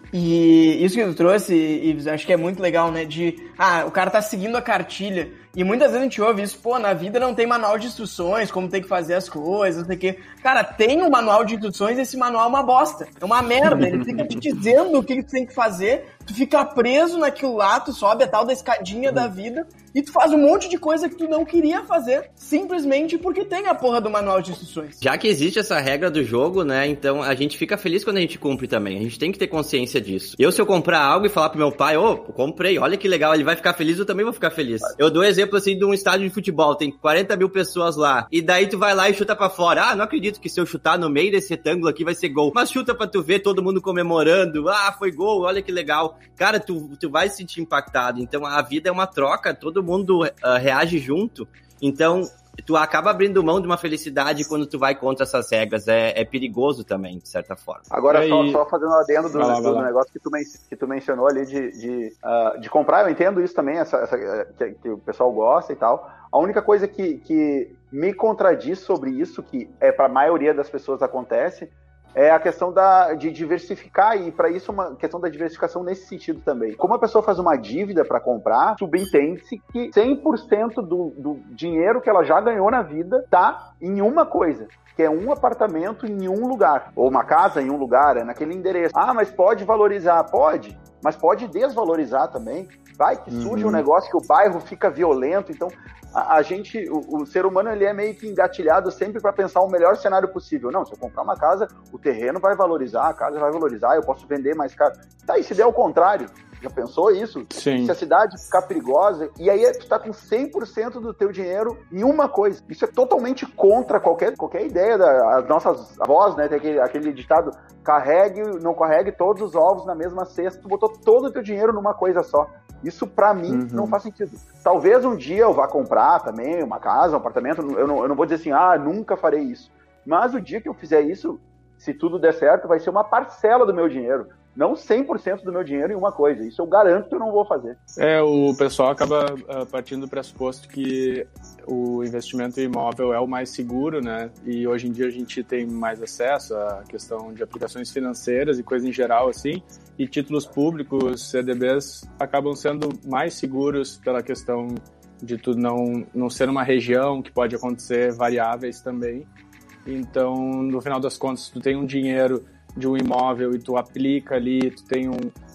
[SPEAKER 1] e isso que tu trouxe, Ives, acho que é muito legal, né, de, ah, o cara tá seguindo a cartilha, e muitas vezes a gente ouve isso, pô, na vida não tem manual de instruções, como tem que fazer as coisas, não sei o quê. Cara, tem um manual de instruções e esse manual é uma bosta, é uma merda, ele fica te dizendo o que tu tem que fazer, tu fica preso naquilo lá, tu sobe a tal da escadinha da vida, e tu faz um monte de coisa que tu não queria fazer, simplesmente porque tem a porra do manual de instruções.
[SPEAKER 3] Já que existe essa regra do jogo, né, então a gente fica feliz quando a gente cumpre também, a gente tem que ter consciência disso. Eu, se eu comprar algo e falar pro meu pai, ô, oh, comprei, olha que legal, ele vai ficar feliz, eu também vou ficar feliz. Eu dou exemplo, assim, de um estádio de futebol, tem quarenta mil pessoas lá, e daí tu vai lá e chuta pra fora. Ah, não acredito que se eu chutar no meio desse retângulo aqui vai ser gol. Mas chuta pra tu ver todo mundo comemorando, ah, foi gol, olha que legal. Cara, tu, tu vai se sentir impactado. Então a vida é uma troca, todo mundo uh, reage junto. Então tu acaba abrindo mão de uma felicidade quando tu vai contra essas regras. É, é perigoso também, de certa forma.
[SPEAKER 4] Agora, só, só fazendo um adendo do, lá, do negócio que tu, men- que tu mencionou ali de, de, uh, de comprar, eu entendo isso também, essa, essa, que, que o pessoal gosta e tal. A única coisa que, que me contradiz sobre isso, que é para a maioria das pessoas acontece, é a questão da, de diversificar, e para isso uma questão da diversificação nesse sentido também. Como a pessoa faz uma dívida para comprar, subentende-se que cem por cento do, do dinheiro que ela já ganhou na vida está em uma coisa, que é um apartamento em um lugar, ou uma casa em um lugar, é naquele endereço. Ah, mas pode valorizar? Pode, mas pode desvalorizar também. Vai que surge uhum. um negócio que o bairro fica violento, então a, a gente, o, o ser humano, ele é meio que engatilhado sempre para pensar o melhor cenário possível. Não, se eu comprar uma casa, o terreno vai valorizar, a casa vai valorizar, eu posso vender mais caro. Tá, e se der o contrário? Já pensou isso?
[SPEAKER 5] Sim.
[SPEAKER 4] Se a cidade ficar perigosa, e aí tu tá com cem por cento do teu dinheiro em uma coisa. Isso é totalmente contra qualquer, qualquer ideia das nossas avós, né? Tem aquele, aquele ditado, carregue, não carregue todos os ovos na mesma cesta. Tu botou todo o teu dinheiro numa coisa só. Isso pra mim uhum. não faz sentido. Talvez um dia eu vá comprar também uma casa, um apartamento, eu não, eu não vou dizer assim, ah, nunca farei isso. Mas o dia que eu fizer isso, se tudo der certo, vai ser uma parcela do meu dinheiro. Não cem por cento do meu dinheiro em uma coisa. Isso eu garanto que eu não vou fazer.
[SPEAKER 5] É, o pessoal acaba uh, partindo do pressuposto que o investimento em imóvel é o mais seguro, né? E hoje em dia a gente tem mais acesso à questão de aplicações financeiras e coisa em geral, assim. E títulos públicos, C D Bs, acabam sendo mais seguros pela questão de tu não, não ser uma região que pode acontecer variáveis também. Então, no final das contas, se tu tem um dinheiro de um imóvel e tu aplica ali, tu tem um,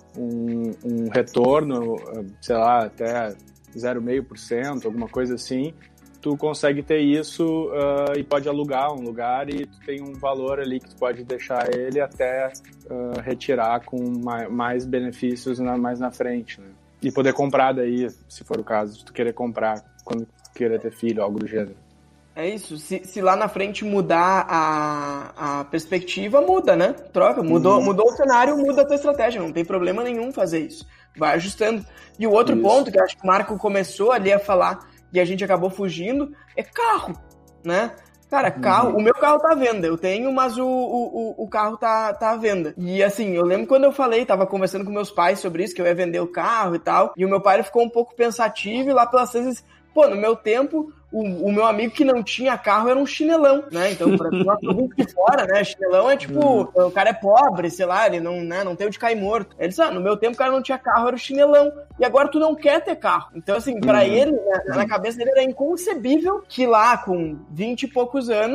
[SPEAKER 5] um, um retorno, sei lá, até zero vírgula cinco por cento, alguma coisa assim, tu consegue ter isso uh, e pode alugar um lugar e tu tem um valor ali que tu pode deixar ele até uh, retirar com mais, mais benefícios na, mais na frente, né? E poder comprar daí, se for o caso, se tu querer comprar quando tu querer ter filho, algo do gênero.
[SPEAKER 1] É isso, se, se lá na frente mudar a, a perspectiva, muda, né? Troca, mudou, uhum. mudou o cenário, muda a tua estratégia, não tem problema nenhum fazer isso. Vai ajustando. E o outro isso. ponto que eu acho que o Marco começou ali a falar e a gente acabou fugindo, é carro, né? Cara, carro, uhum. o meu carro tá à venda, eu tenho, mas o, o, o carro tá, tá à venda. E assim, eu lembro quando eu falei, tava conversando com meus pais sobre isso, que eu ia vender o carro e tal, e o meu pai ele ficou um pouco pensativo e lá pelas vezes, pô, no meu tempo, o, o meu amigo que não tinha carro era um chinelão, né? Então, pra nós de fora, né? Chinelão é tipo, uhum. o cara é pobre, sei lá, ele não, né, não tem onde cair morto. Ele disse, ah, no meu tempo o cara não tinha carro, era o chinelão. E agora tu não quer ter carro. Então, assim, pra uhum. ele, né, na cabeça dele era inconcebível que lá, com vinte e poucos anos,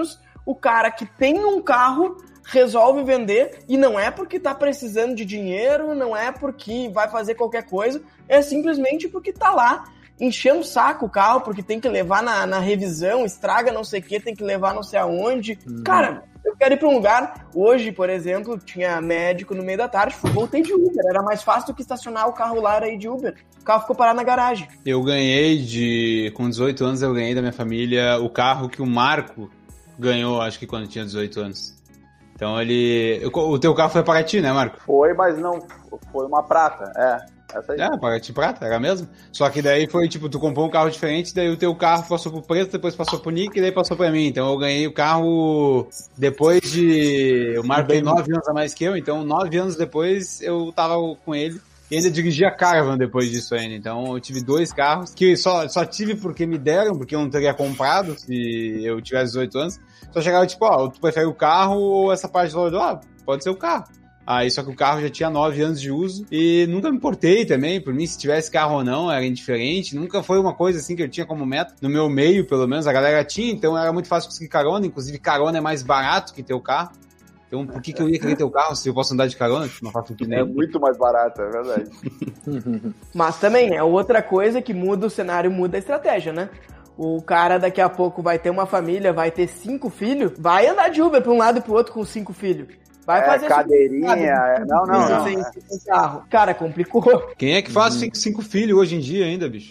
[SPEAKER 1] o cara que tem um carro resolve vender, e não é porque tá precisando de dinheiro, não é porque vai fazer qualquer coisa, é simplesmente porque tá lá enchendo o saco o carro, porque tem que levar na, na revisão, estraga não sei o que, tem que levar não sei aonde. Hum. Cara, eu quero ir pra um lugar, hoje, por exemplo, tinha médico no meio da tarde, voltei de Uber, era mais fácil do que estacionar o carro lá, era ir de Uber. O carro ficou parado na garagem.
[SPEAKER 2] Eu ganhei de, com dezoito anos, eu ganhei da minha família o carro que o Marco ganhou, acho que quando tinha dezoito anos. Então ele... O teu carro foi para ti, né, Marco?
[SPEAKER 4] Foi, mas não... Foi uma prata, é. Essa aí.
[SPEAKER 2] É, Paraty prata, era mesmo? Só que daí foi, tipo, tu comprou um carro diferente, daí o teu carro passou pro preto, depois passou pro Nick e daí passou pra mim. Então eu ganhei o carro depois de... O Marco tem nove anos a mais que eu, então nove anos depois eu tava com ele. E ainda dirigia Caravan depois disso ainda. Então eu tive dois carros, que só, só tive porque me deram, porque eu não teria comprado se eu tivesse dezoito anos. Só chegava tipo, ó, tu prefere o carro ou essa parte do lado? Ah, pode ser o carro. Aí só que o carro já tinha nove anos de uso e nunca me importei também, por mim se tivesse carro ou não era indiferente, nunca foi uma coisa assim que eu tinha como meta, no meu meio pelo menos a galera tinha, então era muito fácil conseguir carona, inclusive carona é mais barato que ter o carro, então por que que eu ia querer ter o carro se eu posso andar de carona? Não faço que nem.
[SPEAKER 4] É muito mais barato, é verdade.
[SPEAKER 1] Mas também é outra coisa que muda o cenário, muda a estratégia, né? O cara daqui a pouco vai ter uma família, vai ter cinco filhos, vai andar de Uber pra um lado e pro outro com cinco filhos. Vai fazer
[SPEAKER 4] é, cadeirinha, é... não, não, não.
[SPEAKER 1] Sem, sem carro. Cara, complicou.
[SPEAKER 2] Quem é que faz uhum. cinco, cinco filhos hoje em dia ainda, bicho?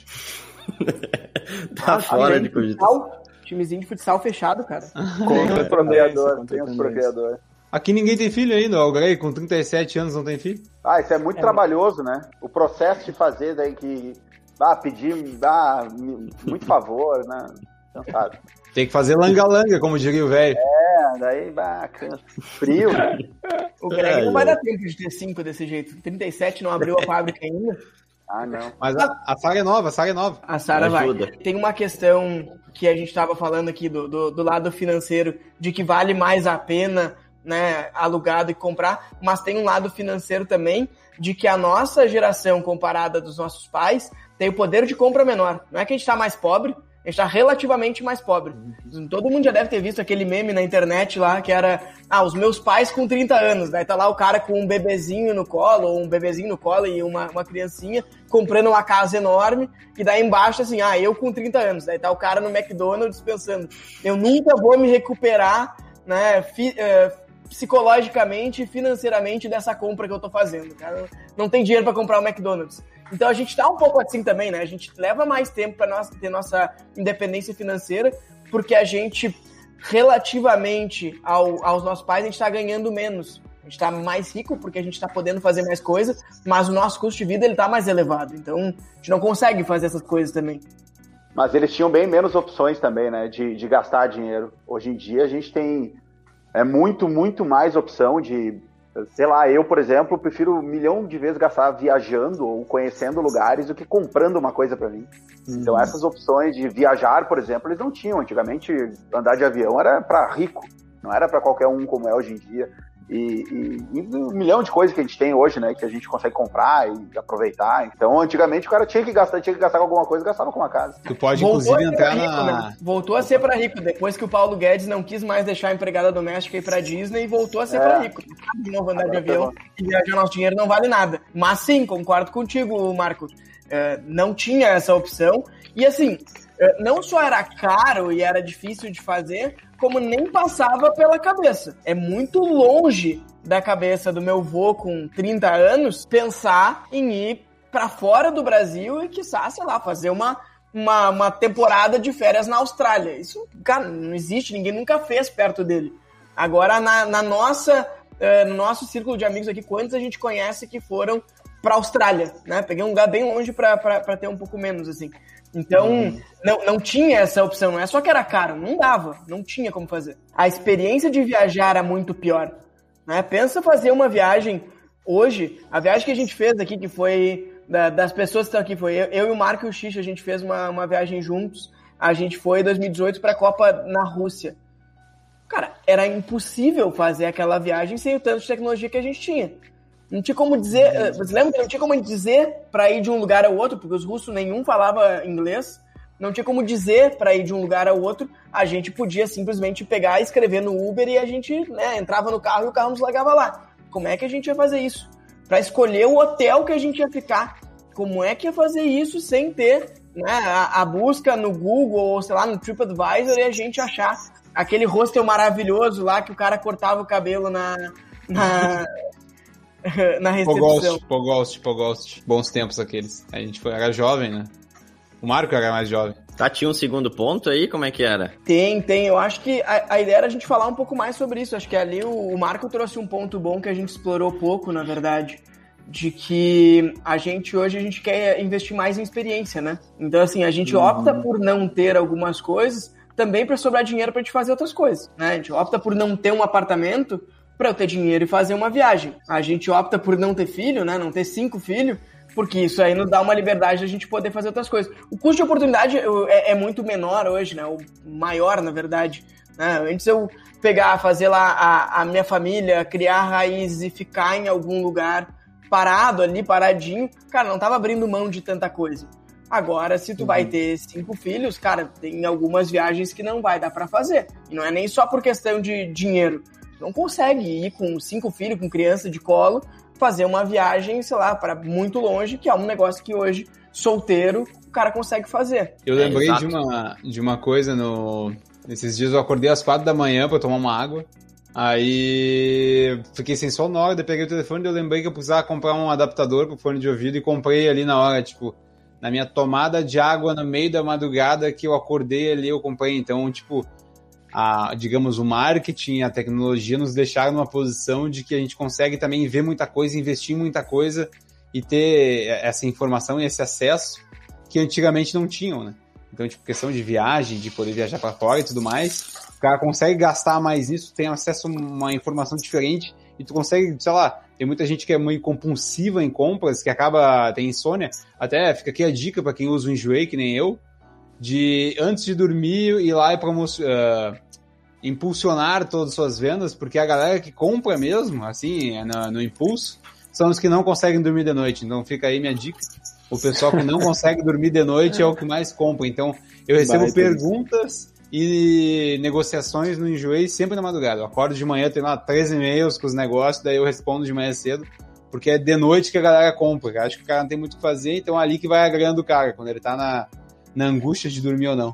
[SPEAKER 3] Tá ah, fora de cogitação.
[SPEAKER 1] Timezinho de futsal fechado, cara.
[SPEAKER 4] Com os procriadores, tem os procriadores.
[SPEAKER 2] Aqui ninguém tem filho ainda, o Greg com trinta e sete anos não tem filho.
[SPEAKER 4] Ah, isso é muito é. trabalhoso, né? O processo de fazer daí que... Ah, pedir, dá muito favor, né? Cansado.
[SPEAKER 2] Tem que fazer langa-langa, como diria o velho.
[SPEAKER 4] É, daí bacana. Frio.
[SPEAKER 1] O Greg é, não vai dar tempo de ter cinco desse jeito. trinta e sete não abriu a fábrica ainda.
[SPEAKER 4] Ah, não.
[SPEAKER 2] Mas a, a Sara é nova, a Sara é nova.
[SPEAKER 1] A Sara vai. Tem uma questão que a gente estava falando aqui do, do, do lado financeiro, de que vale mais a pena, né, alugar do que comprar, mas tem um lado financeiro também, de que a nossa geração, comparada dos nossos pais, tem o poder de compra menor. Não é que a gente está mais pobre, a gente tá relativamente mais pobre. Todo mundo já deve ter visto aquele meme na internet lá, que era, ah, os meus pais com trinta anos, daí tá lá o cara com um bebezinho no colo, ou um bebezinho no colo e uma, uma criancinha, comprando uma casa enorme, e daí embaixo assim, ah, eu com trinta anos, daí tá o cara no McDonald's pensando, eu nunca vou me recuperar, né, fi, uh, psicologicamente e financeiramente dessa compra que eu tô fazendo, cara. Não tem dinheiro pra comprar o McDonald's. Então a gente tá um pouco assim também, né? A gente leva mais tempo pra nós ter nossa independência financeira, porque a gente, relativamente ao, aos nossos pais, a gente tá ganhando menos. A gente tá mais rico porque a gente tá podendo fazer mais coisas, mas o nosso custo de vida, ele tá mais elevado. Então a gente não consegue fazer essas coisas também.
[SPEAKER 4] Mas eles tinham bem menos opções também, né? De, de gastar dinheiro. Hoje em dia a gente tem é muito, muito mais opção de... Sei lá, eu, por exemplo, prefiro um milhão de vezes gastar viajando ou conhecendo lugares do que comprando uma coisa pra mim. Uhum. Então essas opções de viajar, por exemplo, eles não tinham. Antigamente, andar de avião era pra rico, não era pra qualquer um como é hoje em dia. E, e, e um milhão de coisas que a gente tem hoje, né, que a gente consegue comprar e aproveitar. Então, antigamente, o cara tinha que gastar, tinha que gastar com alguma coisa, gastava com uma casa.
[SPEAKER 2] Tu pode, Voltou inclusive, entrar
[SPEAKER 1] rico,
[SPEAKER 2] na...
[SPEAKER 1] Né? Voltou a ser pra rico, depois que o Paulo Guedes não quis mais deixar a empregada doméstica ir pra Disney, e voltou a ser é. pra rico. De novo, andar Agora de avião e viajar, nosso dinheiro não vale nada. Mas sim, concordo contigo, Marco. Uh, não tinha essa opção. E assim, uh, não só era caro e era difícil de fazer, como nem passava pela cabeça. É muito longe da cabeça do meu vô com trinta anos pensar em ir pra fora do Brasil e, quiçá, sei lá, fazer uma, uma, uma temporada de férias na Austrália. Isso, cara, não existe, ninguém nunca fez perto dele. Agora, na, na nossa, uh, no nosso círculo de amigos aqui, quantos a gente conhece que foram pra Austrália, né? Peguei um lugar bem longe pra, pra, pra ter um pouco menos, assim. Então, hum. não, não tinha essa opção, não é só que era caro, não dava, não tinha como fazer. A experiência de viajar era muito pior, né? Pensa fazer uma viagem hoje, a viagem que a gente fez aqui, que foi da, das pessoas que estão aqui, foi eu, eu e o Marco e o Xixi, a gente fez uma, uma viagem juntos, a gente foi em dois mil e dezoito pra Copa na Rússia. Cara, era impossível fazer aquela viagem sem o tanto de tecnologia que a gente tinha. Não tinha como dizer, você lembra que não tinha como dizer pra ir de um lugar ao outro, porque os russos nenhum falava inglês, não tinha como dizer para ir de um lugar ao outro, a gente podia simplesmente pegar, escrever no Uber e a gente, né, entrava no carro e o carro nos largava lá. Como é que a gente ia fazer isso? Para escolher o hotel que a gente ia ficar. Como é que ia fazer isso sem ter, né, a, a busca no Google ou, sei lá, no TripAdvisor e a gente achar aquele hostel maravilhoso lá que o cara cortava o cabelo na, na, na recepção.
[SPEAKER 2] Pogost, Pogost, Pogost. Bons tempos aqueles. A gente foi, era jovem, né? O Marco era mais jovem.
[SPEAKER 3] Tá, tinha um segundo ponto aí? Como é que era?
[SPEAKER 1] Tem, tem. Eu acho que a, a ideia era a gente falar um pouco mais sobre isso. Acho que ali o, o Marco trouxe um ponto bom que a gente explorou pouco, na verdade. De que a gente hoje a gente quer investir mais em experiência, né? Então, assim, a gente uhum. opta por não ter algumas coisas também para sobrar dinheiro pra gente fazer outras coisas, né? A gente opta por não ter um apartamento para eu ter dinheiro e fazer uma viagem. A gente opta por não ter filho, né? Não ter cinco filhos, porque isso aí nos dá uma liberdade de a gente poder fazer outras coisas. O custo de oportunidade é, é muito menor hoje, né? O maior, na verdade. Né? Antes eu pegar, fazer lá a, a minha família, criar raízes e ficar em algum lugar parado ali, paradinho, cara, não tava abrindo mão de tanta coisa. Agora, se tu uhum. vai ter cinco filhos, cara, tem algumas viagens que não vai dar pra fazer. E não é nem só por questão de dinheiro. Tu não consegue ir com cinco filhos, com criança de colo, fazer uma viagem, sei lá, para muito longe, que é um negócio que hoje, solteiro, o cara consegue fazer.
[SPEAKER 2] Eu lembrei é, de, uma, de uma coisa, no... esses dias eu acordei às quatro da manhã pra tomar uma água. Aí fiquei sem som na hora, daí peguei o telefone e eu lembrei que eu precisava comprar um adaptador pro fone de ouvido e comprei ali na hora, tipo, na minha tomada de água no meio da madrugada que eu acordei ali, eu comprei. Então, tipo, a, digamos, o marketing, a tecnologia nos deixaram numa posição de que a gente consegue também ver muita coisa, investir em muita coisa e ter essa informação e esse acesso que antigamente não tinham, né? Então, tipo, questão de viagem, de poder viajar pra fora e tudo mais, o cara consegue gastar mais isso, tem acesso a uma informação diferente e tu consegue, sei lá, tem muita gente que é meio compulsiva em compras, que acaba, tem insônia, até fica aqui a dica pra quem usa o Enjoei, que nem eu, de antes de dormir ir lá e promocio, uh, impulsionar todas as suas vendas, porque a galera que compra mesmo, assim, no, no impulso, são os que não conseguem dormir de noite. Então fica aí minha dica. O pessoal que não consegue dormir de noite é o que mais compra. Então eu recebo Vai, perguntas e negociações no Enjoei sempre na madrugada. Eu acordo de manhã, tenho lá três e-mails com os negócios, daí eu respondo de manhã cedo, porque é de noite que a galera compra. Eu acho que o cara não tem muito o que fazer, então é ali que vai agregando o cara, quando ele tá na, na angústia de dormir ou não.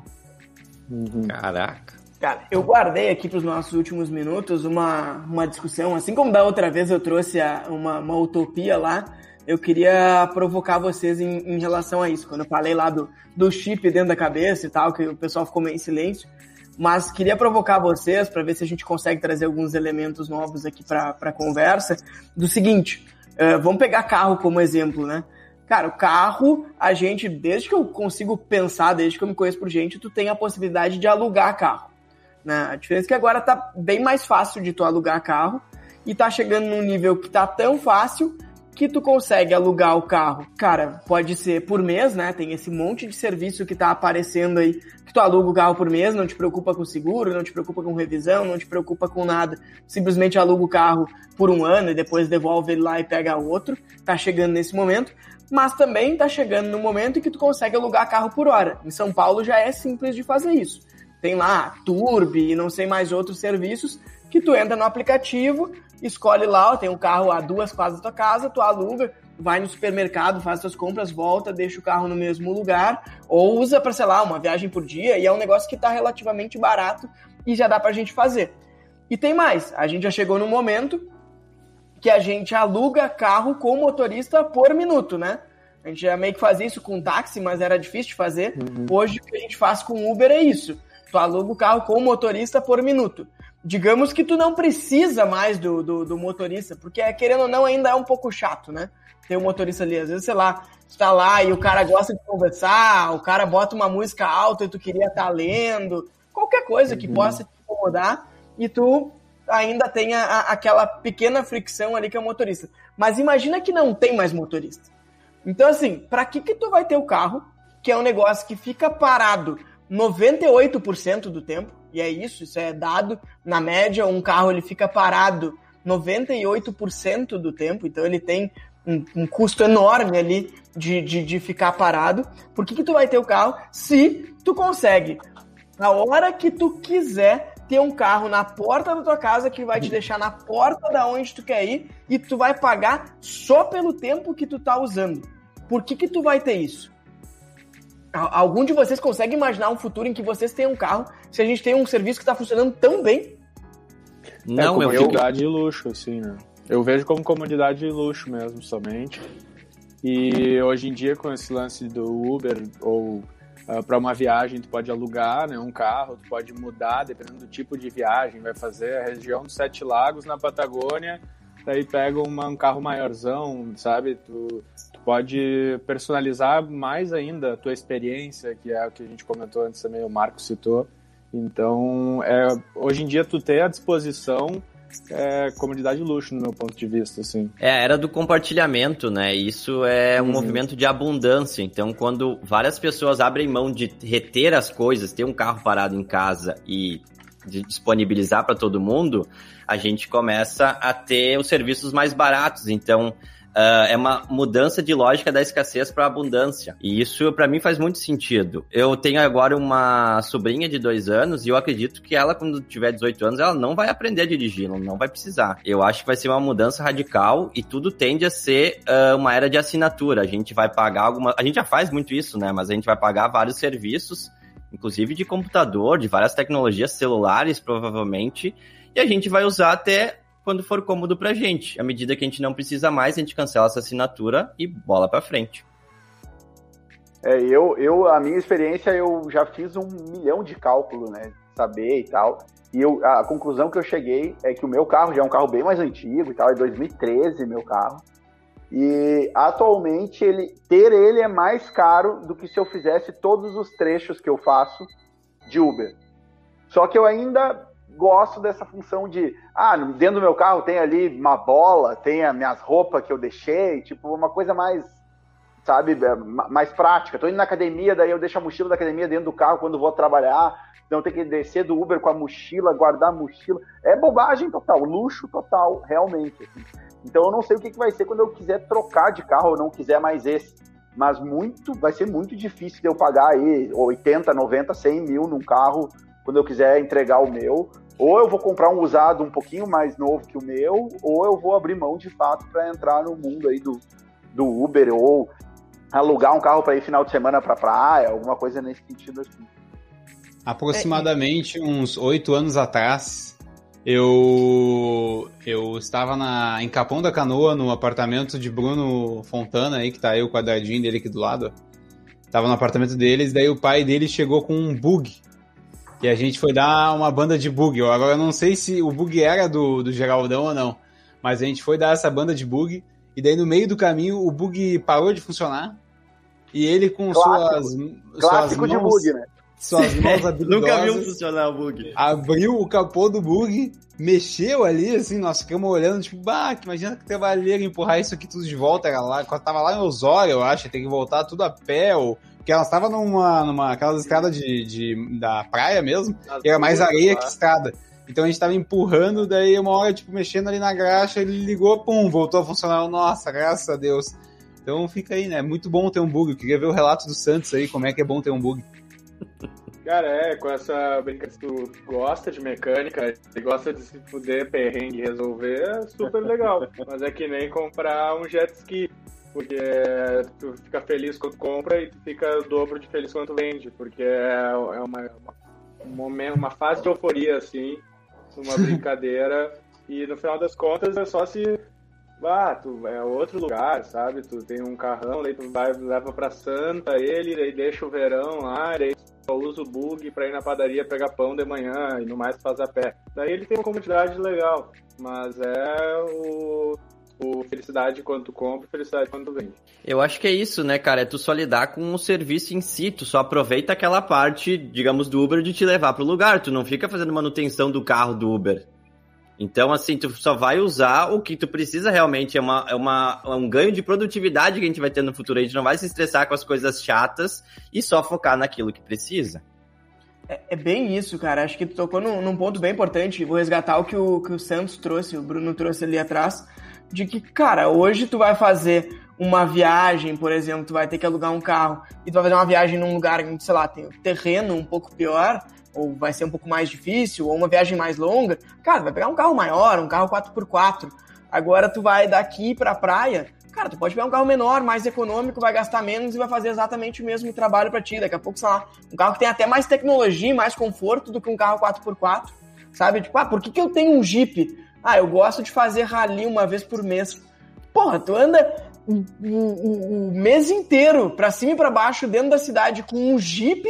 [SPEAKER 3] Uhum. Caraca.
[SPEAKER 1] Cara, eu guardei aqui para os nossos últimos minutos uma, uma discussão, assim como da outra vez eu trouxe a, uma, uma utopia lá, eu queria provocar vocês em, em relação a isso. Quando eu falei lá do, do chip dentro da cabeça e tal, que o pessoal ficou meio em silêncio, mas queria provocar vocês para ver se a gente consegue trazer alguns elementos novos aqui para a conversa, do seguinte, uh, vamos pegar carro como exemplo, né? Cara, o carro, a gente, desde que eu consigo pensar, desde que eu me conheço por gente, tu tem a possibilidade de alugar carro. Né? A diferença é que agora tá bem mais fácil de tu alugar carro e tá chegando num nível que tá tão fácil que tu consegue alugar o carro. Cara, pode ser por mês, né? Tem esse monte de serviço que tá aparecendo aí, que tu aluga o carro por mês, não te preocupa com seguro, não te preocupa com revisão, não te preocupa com nada. Simplesmente aluga o carro por um ano e depois devolve ele lá e pega outro. Tá chegando nesse momento. Mas também tá chegando no momento em que tu consegue alugar carro por hora. Em São Paulo já é simples de fazer isso. Tem lá Turb e não sei mais outros serviços que tu entra no aplicativo, escolhe lá, ó, tem um carro a duas quadras da tua casa, tu aluga, vai no supermercado, faz suas compras, volta, deixa o carro no mesmo lugar, ou usa para, sei lá, uma viagem por dia, e é um negócio que tá relativamente barato e já dá pra gente fazer. E tem mais, a gente já chegou no momento que a gente aluga carro com motorista por minuto, né? A gente já meio que fazia isso com táxi, mas era difícil de fazer. Uhum. Hoje o que a gente faz com Uber é isso. Tu aluga o carro com o motorista por minuto. Digamos que tu não precisa mais do, do, do motorista, porque querendo ou não ainda é um pouco chato, né? Ter um motorista ali, às vezes, sei lá, tu tá lá e o cara gosta de conversar, o cara bota uma música alta e tu queria estar tá lendo, qualquer coisa que uhum. possa te incomodar e tu ainda tenha a, aquela pequena fricção ali que é o motorista. Mas imagina que não tem mais motorista. Então, assim, pra que que tu vai ter o carro, que é um negócio que fica parado noventa e oito por cento do tempo, e é isso, isso é dado, na média, um carro ele fica parado noventa e oito por cento do tempo, então ele tem um, um custo enorme ali de, de, de ficar parado. Por que que tu vai ter o carro se tu consegue, na hora que tu quiser, ter um carro na porta da tua casa que vai te deixar na porta da onde tu quer ir e tu vai pagar só pelo tempo que tu tá usando? Por que que tu vai ter isso? Algum de vocês consegue imaginar um futuro em que vocês tenham um carro se a gente tem um serviço que tá funcionando tão bem?
[SPEAKER 3] Não,
[SPEAKER 5] é
[SPEAKER 3] eu
[SPEAKER 5] comodidade e luxo, assim, né? Eu vejo como comodidade e luxo mesmo, somente. E hoje em dia, com esse lance do Uber, ou uh, para uma viagem, tu pode alugar, né, um carro, tu pode mudar, dependendo do tipo de viagem, vai fazer a região dos Sete Lagos, na Patagônia, daí pega uma, um carro maiorzão, sabe? Tu, tu pode personalizar mais ainda a tua experiência, que é o que a gente comentou antes também, o Marco citou. Então, é, hoje em dia, tu ter à disposição é comodidade e luxo, no meu ponto de vista, assim.
[SPEAKER 3] É a era do compartilhamento, né? Isso é um
[SPEAKER 5] uhum.
[SPEAKER 3] movimento de abundância. Então, quando várias pessoas abrem mão de reter as coisas, ter um carro parado em casa e de disponibilizar para todo mundo, a gente começa a ter os serviços mais baratos. Então, uh, é uma mudança de lógica da escassez para a abundância. E isso, para mim, faz muito sentido. Eu tenho agora uma sobrinha de dois anos e eu acredito que ela, quando tiver dezoito anos, ela não vai aprender a dirigir, ela não vai precisar. Eu acho que vai ser uma mudança radical e tudo tende a ser uh, uma era de assinatura. A gente vai pagar alguma... A gente já faz muito isso, né? Mas a gente vai pagar vários serviços, inclusive de computador, de várias tecnologias celulares, provavelmente, e a gente vai usar até quando for cômodo pra gente. À medida que a gente não precisa mais, a gente cancela essa assinatura e bola pra frente.
[SPEAKER 4] É, eu, eu, a minha experiência, eu já fiz um milhão de cálculos, né, saber e tal, e eu, a conclusão que eu cheguei é que o meu carro já é um carro bem mais antigo e tal, é dois mil e treze meu carro, e atualmente ele, ter ele é mais caro do que se eu fizesse todos os trechos que eu faço de Uber. Só que eu ainda gosto dessa função de, ah, dentro do meu carro tem ali uma bola, tem as minhas roupas que eu deixei, tipo, uma coisa mais, sabe, mais prática. Tô indo na academia, daí eu deixo a mochila da academia dentro do carro quando vou trabalhar, então eu tenho que descer do Uber com a mochila, guardar a mochila. É bobagem total, luxo total, realmente, assim. Então eu não sei o que, que vai ser quando eu quiser trocar de carro ou não quiser mais esse. Mas muito, vai ser muito difícil de eu pagar aí oitenta, noventa, cem mil num carro quando eu quiser entregar o meu. Ou eu vou comprar um usado um pouquinho mais novo que o meu, ou eu vou abrir mão de fato para entrar no mundo aí do, do Uber, ou alugar um carro para ir final de semana para praia, alguma coisa nesse sentido assim.
[SPEAKER 2] Aproximadamente uns oito anos atrás, eu, eu estava na, em Capão da Canoa, no apartamento de Bruno Fontana, aí, que tá aí o quadradinho dele aqui do lado. Tava no apartamento deles, daí o pai dele chegou com um bug. E a gente foi dar uma banda de bug. Agora eu não sei se o bug era do, do Geraldão ou não, mas a gente foi dar essa banda de bug, e daí no meio do caminho o bug parou de funcionar, e ele com
[SPEAKER 4] clássico,
[SPEAKER 2] suas,
[SPEAKER 4] clássico
[SPEAKER 2] suas mãos...
[SPEAKER 4] de bug, né?
[SPEAKER 2] Suas mãos habilidosas.
[SPEAKER 3] Nunca viu funcionar o bug.
[SPEAKER 2] Abriu o capô do bug, mexeu ali, assim, nós ficamos olhando, tipo, bah, que imagina que trabalheira empurrar isso aqui tudo de volta, era lá, tava lá em Osório, eu acho, tem que voltar tudo a pé, ou... porque ela estava numa, numa aquelas estradas de, de, da praia mesmo, e era mais areia que estrada. Então a gente tava empurrando, daí uma hora, tipo, mexendo ali na graxa, ele ligou, pum, voltou a funcionar. Nossa, graças a Deus. Então fica aí, né? É muito bom ter um bug. Eu queria ver o relato do Santos aí, como é que é bom ter um bug.
[SPEAKER 5] Cara, é, com essa brincadeira, tu gosta de mecânica e gosta de se fuder, perrengue e resolver, é super legal. Mas é que nem comprar um jet ski, porque tu fica feliz quando compra e tu fica o dobro de feliz quando tu vende, porque é uma, uma, um momento, uma fase de euforia, assim, uma brincadeira, e no final das contas é só se... Ah, tu é outro lugar, sabe? Tu tem um carrão, daí tu vai, leva pra Santa ele, daí deixa o verão lá, daí só usa o bug pra ir na padaria pegar pão de manhã e no mais faz a pé. Daí ele tem uma comodidade legal, mas é o, o felicidade quando tu compra e felicidade quando tu vende.
[SPEAKER 3] Eu acho que é isso, né, cara? É tu só lidar com o serviço em si, tu só aproveita aquela parte, digamos, do Uber de te levar pro lugar, tu não fica fazendo manutenção do carro do Uber. Então, assim, tu só vai usar o que tu precisa realmente, é, uma, é, uma, é um ganho de produtividade que a gente vai ter no futuro, a gente não vai se estressar com as coisas chatas e só focar naquilo que precisa.
[SPEAKER 1] É, é bem isso, cara, acho que tu tocou num, num ponto bem importante, vou resgatar o que o, que o Santos trouxe, o Bruno trouxe ali atrás, de que, cara, hoje tu vai fazer uma viagem, por exemplo, tu vai ter que alugar um carro e tu vai fazer uma viagem num lugar, sei lá, tem um terreno um pouco pior, ou vai ser um pouco mais difícil, ou uma viagem mais longa, cara, tu vai pegar um carro maior, um carro quatro por quatro. Agora tu vai daqui pra praia, cara, tu pode pegar um carro menor, mais econômico, vai gastar menos e vai fazer exatamente o mesmo trabalho pra ti. Daqui a pouco, sei lá, um carro que tem até mais tecnologia e mais conforto do que um carro quatro por quatro, sabe? Tipo, ah, por que que eu tenho um Jeep? Ah, eu gosto de fazer rally uma vez por mês. Porra, tu anda o, o, o mês inteiro pra cima e pra baixo dentro da cidade com um Jeep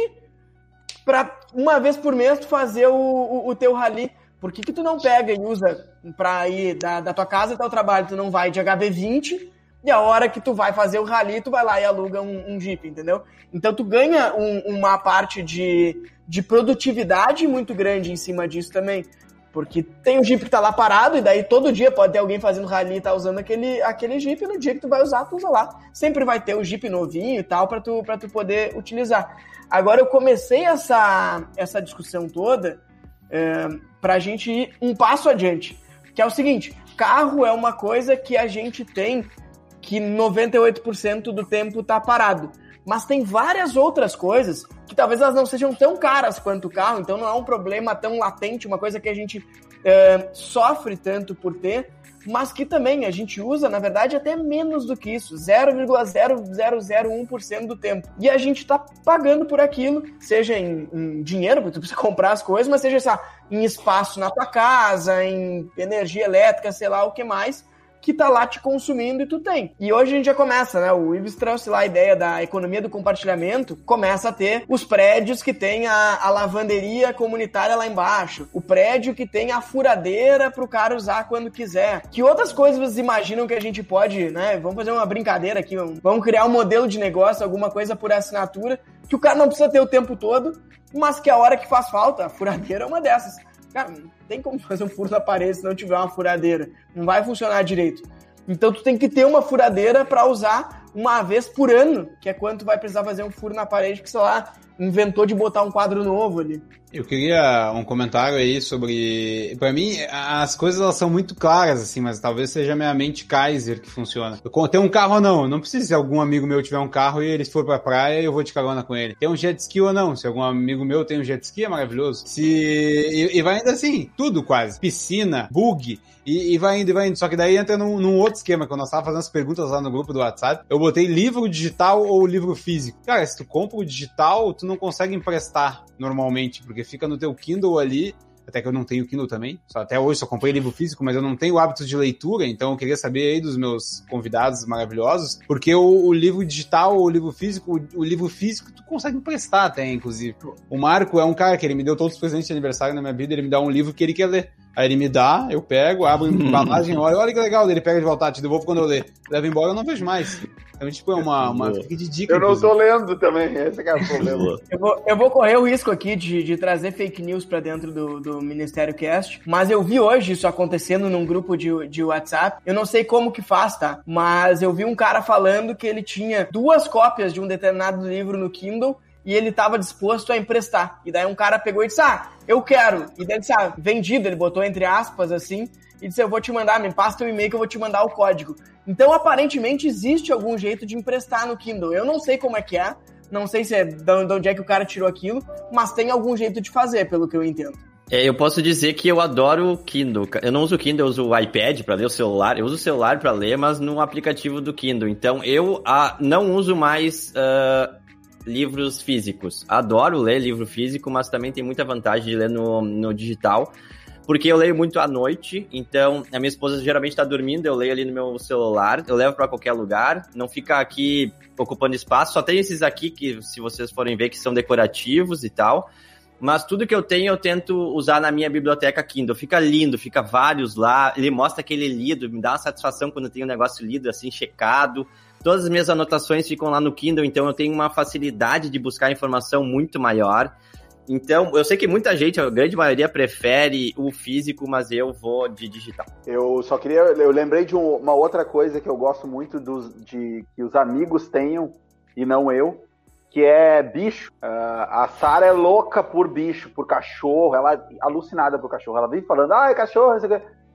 [SPEAKER 1] pra uma vez por mês tu fazer o, o, o teu rally. Por que que tu não pega e usa pra ir da, da tua casa até o trabalho, tu não vai de H V vinte e a hora que tu vai fazer o rally, tu vai lá e aluga um, um Jeep, entendeu? Então tu ganha um, uma parte de, de produtividade muito grande em cima disso também. Porque tem um Jeep que tá lá parado, e daí todo dia pode ter alguém fazendo rally e tá usando aquele, aquele Jeep, e no dia que tu vai usar, tu usa lá. Sempre vai ter o Jeep novinho e tal, pra tu, pra tu poder utilizar. Agora eu comecei essa, essa discussão toda é, pra gente ir um passo adiante. Que é o seguinte, carro é uma coisa que a gente tem que noventa e oito por cento do tempo tá parado. Mas tem várias outras coisas que talvez elas não sejam tão caras quanto o carro, então não é um problema tão latente, uma coisa que a gente uh, sofre tanto por ter, mas que também a gente usa, na verdade, até menos do que isso, zero vírgula zero zero zero um por cento do tempo. E a gente tá pagando por aquilo, seja em, em dinheiro, porque tu precisa comprar as coisas, mas seja sabe, em espaço na tua casa, em energia elétrica, sei lá o que mais, que tá lá te consumindo e tu tem. E hoje a gente já começa, né? O Ives trouxe lá a ideia da economia do compartilhamento, começa a ter os prédios que tem a, a lavanderia comunitária lá embaixo, o prédio que tem a furadeira pro cara usar quando quiser. Que outras coisas vocês imaginam que a gente pode, né? Vamos fazer uma brincadeira aqui, vamos criar um modelo de negócio, alguma coisa por assinatura, que o cara não precisa ter o tempo todo, mas que a hora que faz falta, a furadeira é uma dessas. Cara, não tem como fazer um furo na parede se não tiver uma furadeira. Não vai funcionar direito. Então tu tem que ter uma furadeira para usar uma vez por ano, que é quando tu vai precisar fazer um furo na parede, que sei lá, inventou de botar um quadro novo ali.
[SPEAKER 2] Eu queria um comentário aí sobre... Pra mim, as coisas elas são muito claras, assim, mas talvez seja a minha mente Kaiser que funciona. Eu tenho um carro ou não, eu não preciso se algum amigo meu tiver um carro e ele for pra praia, eu vou de carona com ele. Tem um jet ski ou não, se algum amigo meu tem um jet ski, é maravilhoso. Se... E, e vai indo assim, tudo quase. Piscina, bug, e, e vai indo, e vai indo. Só que daí entra num, num outro esquema, quando nós tava fazendo as perguntas lá no grupo do WhatsApp, eu botei livro digital ou livro físico. Cara, se tu compra o digital, tu não consegue emprestar normalmente, porque fica no teu Kindle ali, até que eu não tenho Kindle também, só até hoje só comprei livro físico, mas eu não tenho hábito de leitura, então eu queria saber aí dos meus convidados maravilhosos, porque o, o livro digital ou o livro físico, o, o livro físico tu consegue emprestar até, inclusive. O Marco é um cara que ele me deu todos os presentes de aniversário na minha vida, ele me dá um livro que ele quer ler. Aí ele me dá, eu pego, abro a embalagem, olha, olha que legal, ele pega de volta, te devolvo quando eu ler. Leva embora, eu não vejo mais. Então, tipo, é uma, uma fica de dica.
[SPEAKER 4] Eu não tô lendo também, esse é o problema.
[SPEAKER 1] eu, vou, eu vou correr o risco aqui de, de trazer fake news pra dentro do, do Ministério Cast, mas eu vi hoje isso acontecendo num grupo de, de WhatsApp. Eu não sei como que faz, tá? Mas eu vi um cara falando que ele tinha duas cópias de um determinado livro no Kindle e ele estava disposto a emprestar. E daí um cara pegou e disse, ah, eu quero. E daí ele disse, ah, vendido, ele botou entre aspas, assim, e disse, eu vou te mandar, me passa teu e-mail que eu vou te mandar o código. Então, aparentemente, existe algum jeito de emprestar no Kindle. Eu não sei como é que é, não sei se é de onde é que o cara tirou aquilo, mas tem algum jeito de fazer, pelo que eu entendo.
[SPEAKER 3] É, eu posso dizer que eu adoro o Kindle. Eu não uso o Kindle, eu uso o iPad para ler, o celular. Eu uso o celular para ler, mas no aplicativo do Kindle. Então, eu ah, não uso mais... Uh... livros físicos. Adoro ler livro físico, mas também tem muita vantagem de ler no, no digital, porque eu leio muito à noite, então a minha esposa geralmente está dormindo, eu leio ali no meu celular, eu levo para qualquer lugar, não fica aqui ocupando espaço, só tem esses aqui que, se vocês forem ver, que são decorativos e tal, mas tudo que eu tenho eu tento usar na minha biblioteca Kindle, fica lindo, fica vários lá, ele mostra aquele lido, me dá uma satisfação quando tem um negócio lido, assim, checado. Todas as minhas anotações ficam lá no Kindle, então eu tenho uma facilidade de buscar informação muito maior. Então, eu sei que muita gente, a grande maioria, prefere o físico, mas eu vou de digital.
[SPEAKER 4] Eu só queria... Eu lembrei de um, uma outra coisa que eu gosto muito dos, de que os amigos tenham, e não eu, que é bicho. Uh, a Sara é louca por bicho, por cachorro, ela é alucinada por cachorro. Ela vem falando, ah, é cachorro, isso aqui.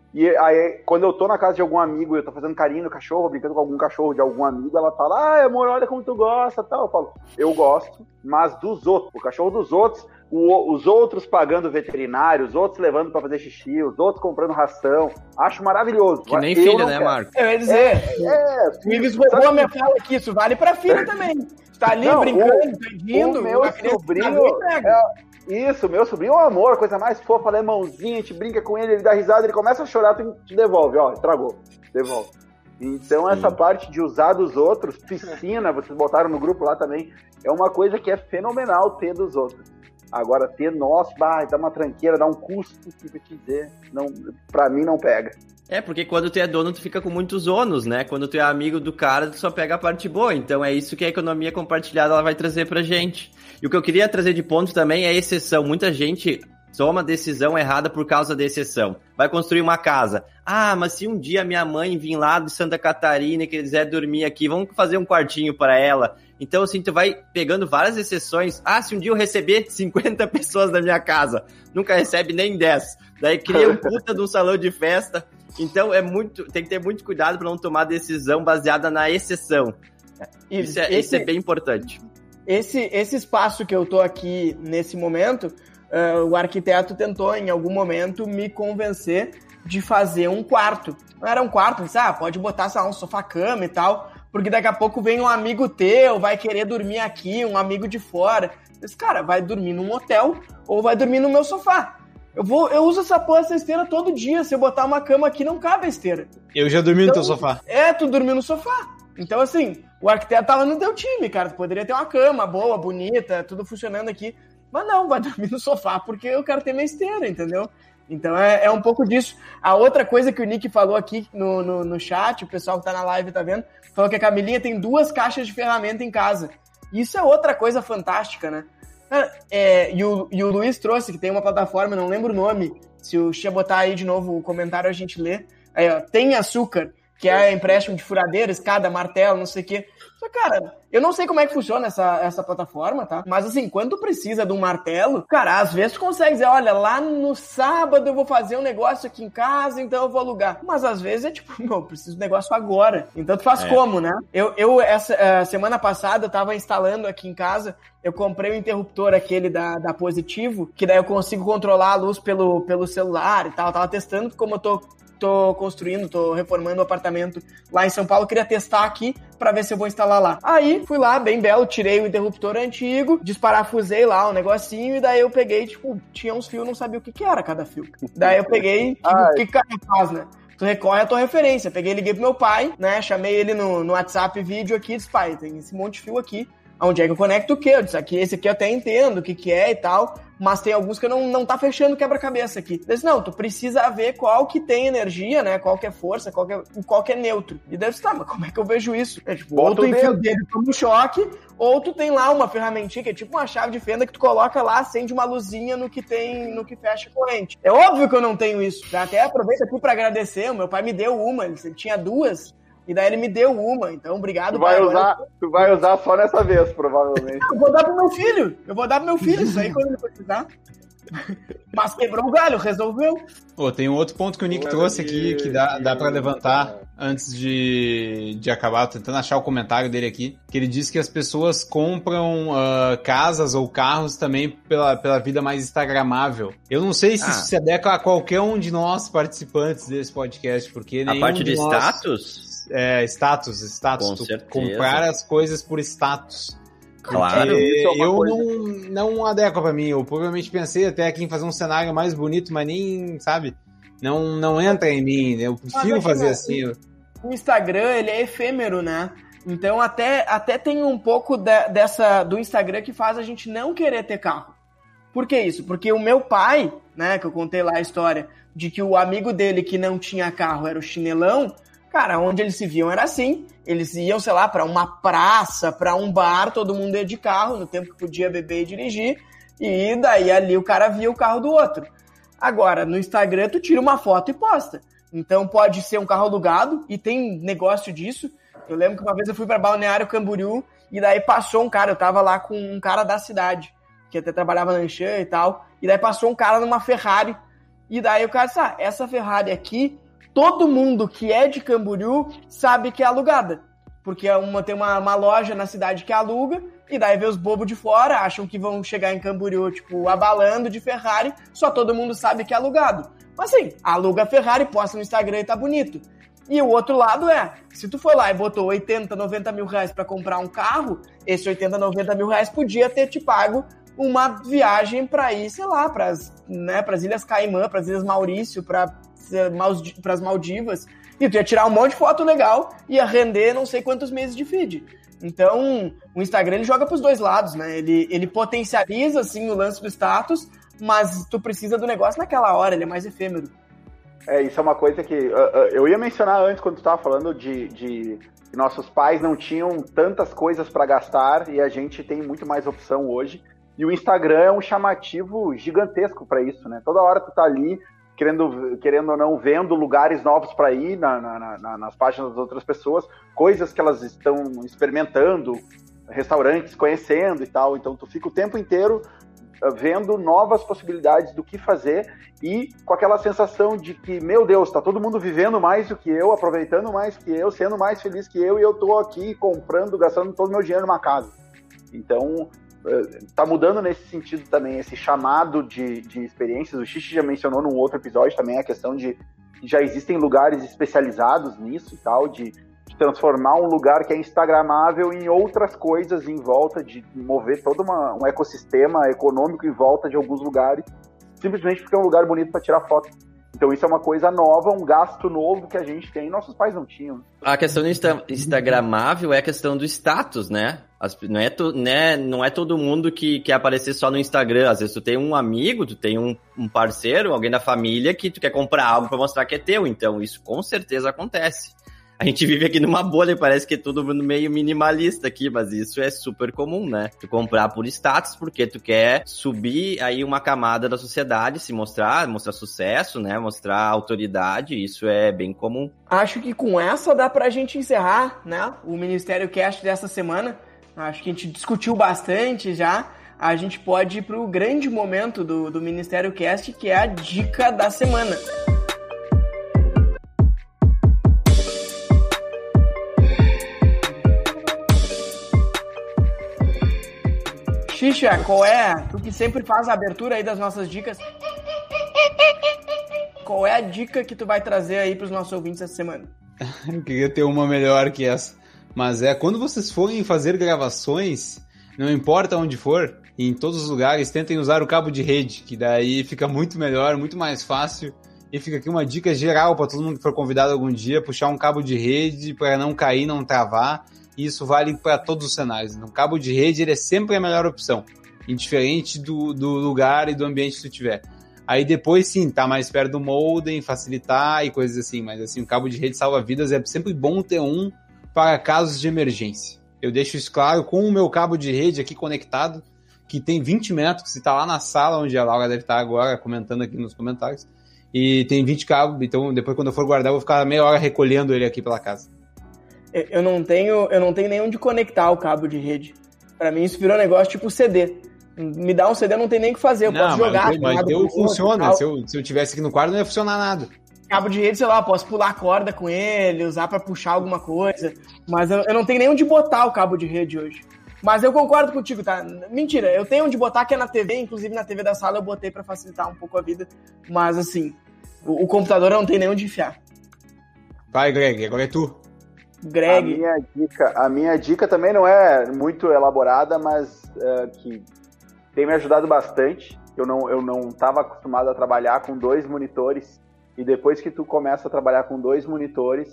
[SPEAKER 4] E aí, quando eu tô na casa de algum amigo, eu tô fazendo carinho no cachorro, brincando com algum cachorro de algum amigo, ela fala, ah, amor, olha como tu gosta, tal. Eu falo, eu gosto, mas dos outros. O cachorro dos outros, o, os outros pagando veterinário, os outros levando pra fazer xixi, os outros comprando ração. Acho maravilhoso.
[SPEAKER 3] Que nem
[SPEAKER 4] eu
[SPEAKER 3] filho, né,
[SPEAKER 4] quero.
[SPEAKER 3] Marco?
[SPEAKER 1] Eu ia dizer,
[SPEAKER 4] É, é,
[SPEAKER 1] o Ives roubou a minha fala aqui, isso vale pra filha também. Tá ali
[SPEAKER 4] Não,
[SPEAKER 1] brincando,
[SPEAKER 4] o-
[SPEAKER 1] tá rindo,
[SPEAKER 4] o meu
[SPEAKER 1] a criança
[SPEAKER 4] sobrinho
[SPEAKER 1] tá muito pega.
[SPEAKER 4] Isso, meu sobrinho é um amor, coisa mais fofa, alemãozinho, a gente brinca com ele, ele dá risada, ele começa a chorar, tu te devolve, ó, estragou, devolve. Então
[SPEAKER 3] Sim.
[SPEAKER 4] essa parte de usar dos outros, piscina, vocês botaram no grupo lá também, é uma coisa que é fenomenal ter dos outros. Agora, ter nosso, bah, dá uma tranqueira, dá um custo, que eu te dizer, não, pra mim não pega.
[SPEAKER 3] É, porque quando tu é dono, tu fica com muitos ônus, né? Quando tu é amigo do cara, tu só pega a parte boa. Então é isso que a economia compartilhada ela vai trazer pra gente. E o que eu queria trazer de ponto também é a exceção. Muita gente toma decisão errada por causa da exceção. Vai construir uma casa. Ah, mas se um dia minha mãe vir lá de Santa Catarina e quiser dormir aqui, vamos fazer um quartinho para ela. Então, assim, tu vai pegando várias exceções. Ah, se um dia eu receber cinquenta pessoas na minha casa, nunca recebe nem dez. Daí cria um puta de um salão de festa. Então, é muito, tem que ter muito cuidado para não tomar decisão baseada na exceção. Isso é,
[SPEAKER 1] Esse-
[SPEAKER 3] isso é bem importante.
[SPEAKER 1] Esse, esse espaço que eu tô aqui nesse momento, uh, o arquiteto tentou em algum momento me convencer de fazer um quarto. Não era um quarto, disse, ah, pode botar, sei lá, um sofá-cama e tal, porque daqui a pouco vem um amigo teu, vai querer dormir aqui, um amigo de fora. Eu disse, cara, vai dormir num hotel ou vai dormir no meu sofá. Eu, vou, eu uso essa porra, essa esteira todo dia. Se eu botar uma cama aqui, não cabe a esteira.
[SPEAKER 2] Eu já dormi no
[SPEAKER 1] Então,
[SPEAKER 2] teu sofá.
[SPEAKER 1] É, tu dormiu no sofá. Então, assim, o arquiteto tava no teu time, cara. Tu poderia ter uma cama boa, bonita, tudo funcionando aqui. Mas não, vai dormir no sofá porque eu quero ter minha esteira, entendeu? Então é, é um pouco disso. A outra coisa que o Nick falou aqui no, no, no chat, o pessoal que tá na live tá vendo, falou que a Camilinha tem duas caixas de ferramenta em casa. Isso é outra coisa fantástica, né? É, e, o, e o Luiz trouxe, que tem uma plataforma, não lembro o nome, se o Xia botar aí de novo o comentário a gente lê. Aí, ó, Tem Açúcar, que é empréstimo de furadeira, escada, martelo, não sei o quê. Só, cara, eu não sei como é que funciona essa, essa plataforma, tá? Mas, assim, quando tu precisa de um martelo, cara, às vezes tu consegue dizer, olha, lá no sábado eu vou fazer um negócio aqui em casa, então eu vou alugar. Mas, às vezes, é tipo, meu, eu preciso de um negócio agora. Então, tu faz
[SPEAKER 3] É.
[SPEAKER 1] como, né? Eu, eu essa uh, semana passada, eu tava instalando aqui em casa, eu comprei o interruptor aquele da, da Positivo, que daí eu consigo controlar a luz pelo, pelo celular e tal. Eu tava testando, como eu tô tô construindo, tô reformando o apartamento lá em São Paulo, queria testar aqui pra ver se eu vou instalar lá. Aí, fui lá, bem belo, tirei o interruptor antigo, desparafusei lá um negocinho, e daí eu peguei, tipo, tinha uns fios, não sabia o que que era cada fio. Daí eu peguei, tipo, o que que cara faz, né? Tu recorre à tua referência. Peguei, liguei pro meu pai, né, chamei ele no, no WhatsApp vídeo aqui, disse, pai, tem esse monte de fio aqui, onde é que eu conecto o quê? Eu disse, aqui, esse aqui eu até entendo o que que é e tal, mas tem alguns que eu não, não tá fechando o quebra-cabeça aqui. Eu disse, não, tu precisa ver qual que tem energia, né, qual que é força, qual que é, qual que é neutro. E daí eu disse, tá, mas como é que eu vejo isso? É, tipo, ou tu enfia o dedo no choque, ou tu tem lá uma ferramentinha que é tipo uma chave de fenda que tu coloca lá, acende uma luzinha no que tem, no que fecha a corrente. É óbvio que eu não tenho isso. Já até aproveito aqui pra agradecer, o meu pai me deu uma, ele tinha duas, e daí ele me deu uma, então obrigado,
[SPEAKER 4] Tu vai,
[SPEAKER 1] pai.
[SPEAKER 4] usar,
[SPEAKER 1] Agora...
[SPEAKER 4] tu vai usar só nessa vez, provavelmente.
[SPEAKER 1] Eu vou dar pro meu filho, eu vou dar pro meu filho, isso aí quando ele precisar. Mas quebrou o galho, resolveu.
[SPEAKER 2] Pô, tem um outro ponto que o Nick trouxe aqui que dá, dá pra levantar antes de, de acabar, tentando achar o comentário dele aqui, que ele diz que as pessoas compram uh, casas ou carros também pela, pela vida mais instagramável. Eu não sei se
[SPEAKER 3] Ah.
[SPEAKER 2] isso se adequa a qualquer um de nós participantes desse podcast, porque
[SPEAKER 3] A
[SPEAKER 2] nenhum
[SPEAKER 3] parte de
[SPEAKER 2] de nós...
[SPEAKER 3] status?
[SPEAKER 2] É, status, status.
[SPEAKER 3] Com
[SPEAKER 2] tu
[SPEAKER 3] certeza.
[SPEAKER 2] comprar as coisas por status.
[SPEAKER 3] Claro.
[SPEAKER 2] Porque
[SPEAKER 4] Isso é uma
[SPEAKER 2] eu
[SPEAKER 4] coisa-
[SPEAKER 2] não, não adequa pra mim. Eu provavelmente pensei até aqui em fazer um cenário mais bonito, mas nem, sabe, não, não entra em mim. Eu prefiro
[SPEAKER 1] Mas,
[SPEAKER 2] fazer
[SPEAKER 1] não,
[SPEAKER 2] assim.
[SPEAKER 1] O Instagram, ele é efêmero, né? Então até, até tem um pouco da- dessa do Instagram que faz a gente não querer ter carro. Por que isso? Porque o meu pai, né, que eu contei lá a história, de que o amigo dele que não tinha carro era o chinelão, cara, onde eles se viam era assim. Eles iam, sei lá, pra uma praça, pra um bar, todo mundo ia de carro, no tempo que podia beber e dirigir, e daí ali o cara via o carro do outro. Agora, no Instagram, tu tira uma foto e posta. Então pode ser um carro alugado, e tem negócio disso. Eu lembro que uma vez eu fui pra Balneário Camboriú, e daí passou um cara, eu tava lá com um cara da cidade, que até trabalhava na Anchan e tal, e daí passou um cara numa Ferrari, E daí o cara disse, ah, essa Ferrari aqui, todo mundo que é de Camboriú sabe que é alugada. Porque é uma, tem uma, uma loja na cidade que aluga, e daí vê os bobos de fora, acham que vão chegar em Camboriú, tipo, abalando de Ferrari, só todo mundo sabe que é alugado. Mas assim, aluga a Ferrari, posta no Instagram e tá bonito. E o outro lado é, se tu foi lá e botou oitenta, noventa mil reais pra comprar um carro, esse oitenta, noventa mil reais podia ter te pago uma viagem pra ir, sei lá, pras, né, pras Ilhas Caimã, pras Ilhas Maurício, pra, pras Maldivas, e tu ia tirar um monte de foto legal, ia render não sei quantos meses de feed. Então, o Instagram ele joga pros dois lados, né? Ele, ele potencializa, assim, o lance do status, mas tu precisa do negócio naquela hora, ele é mais efêmero.
[SPEAKER 4] É, isso é uma coisa que uh, uh, eu ia mencionar antes, quando tu estava falando de, de que nossos pais não tinham tantas coisas para gastar e a gente tem muito mais opção hoje. E o Instagram é um chamativo gigantesco para isso, né? Toda hora tu tá ali, querendo, querendo ou não, vendo lugares novos para ir na, na, na, nas páginas das outras pessoas, coisas que elas estão experimentando, restaurantes, conhecendo e tal. Então tu fica o tempo inteiro vendo novas possibilidades do que fazer e com aquela sensação de que, meu Deus, tá todo mundo vivendo mais do que eu, aproveitando mais que eu, sendo mais feliz que eu, e eu tô aqui comprando, gastando todo o meu dinheiro numa casa. Então, tá mudando nesse sentido também, esse chamado de, de experiências. O Xixi já mencionou num outro episódio também a questão de que já existem lugares especializados nisso e tal, de transformar um lugar que é instagramável em outras coisas em volta, de mover todo uma, um ecossistema econômico em volta de alguns lugares, simplesmente porque é um lugar bonito para tirar foto. Então isso é uma coisa nova, um gasto novo que a gente tem e nossos pais não tinham.
[SPEAKER 3] A questão do insta- instagramável é a questão do status, né? As, não, é to, né? Não é todo mundo que quer aparecer só no Instagram. Às vezes tu tem um amigo, tu tem um, um parceiro, alguém da família que tu quer comprar algo para mostrar que é teu. Então isso com certeza acontece. A gente vive aqui numa bolha e parece que é todo mundo meio minimalista aqui, mas isso é super comum, né? Tu comprar por status porque tu quer subir aí uma camada da sociedade, se mostrar, mostrar sucesso, né? Mostrar autoridade, isso é bem comum.
[SPEAKER 1] Acho que com essa dá pra gente encerrar, né? O Ministério Cast dessa semana. Acho que a gente discutiu bastante já. A gente pode ir pro grande momento do, do Ministério Cast, que é a dica da semana. Xixa, qual é? Tu que sempre faz a abertura aí das nossas dicas. Qual é a dica que tu vai trazer aí pros nossos ouvintes essa semana?
[SPEAKER 2] Eu queria ter uma melhor que essa. Mas é, quando vocês forem fazer gravações, não importa onde for, em todos os lugares, tentem usar o cabo de rede, que daí fica muito melhor, muito mais fácil. E fica aqui uma dica geral para todo mundo que for convidado algum dia, puxar um cabo de rede para não cair, não travar. E isso vale para todos os cenários. Um cabo de rede ele é sempre a melhor opção, indiferente do, do lugar e do ambiente que tu tiver. Aí depois sim, tá mais perto do modem, facilitar e coisas assim, mas assim, um cabo de rede salva vidas, é sempre bom ter um para casos de emergência. Eu deixo isso claro com o meu cabo de rede aqui conectado, que tem vinte metros, que tá lá na sala onde a Laura deve estar agora comentando aqui nos comentários, e tem vinte cabos, então depois quando eu for guardar eu vou ficar meia hora recolhendo ele aqui pela casa.
[SPEAKER 1] Eu não tenho, eu não tenho nenhum de conectar o cabo de rede. Pra mim isso virou um negócio tipo C D. Me dá um C D, eu não tenho nem o que fazer, eu não, posso jogar.
[SPEAKER 2] Mas, mas eu funciona, se eu, se eu tivesse aqui no quarto não ia funcionar nada.
[SPEAKER 1] Cabo de rede, sei lá, eu posso pular corda com ele, usar pra puxar alguma coisa, mas eu, eu não tenho nenhum de botar o cabo de rede hoje. Mas eu concordo contigo, tá? Mentira, eu tenho um de botar que é na T V, inclusive na T V da sala eu botei pra facilitar um pouco a vida, mas assim, o, o computador eu não tenho nenhum de enfiar.
[SPEAKER 2] Vai, Greg, agora é tu.
[SPEAKER 1] Greg.
[SPEAKER 4] A minha dica, a minha dica também não é muito elaborada, mas uh, que tem me ajudado bastante. Eu não eu não estava acostumado a trabalhar com dois monitores, e depois que tu começa a trabalhar com dois monitores,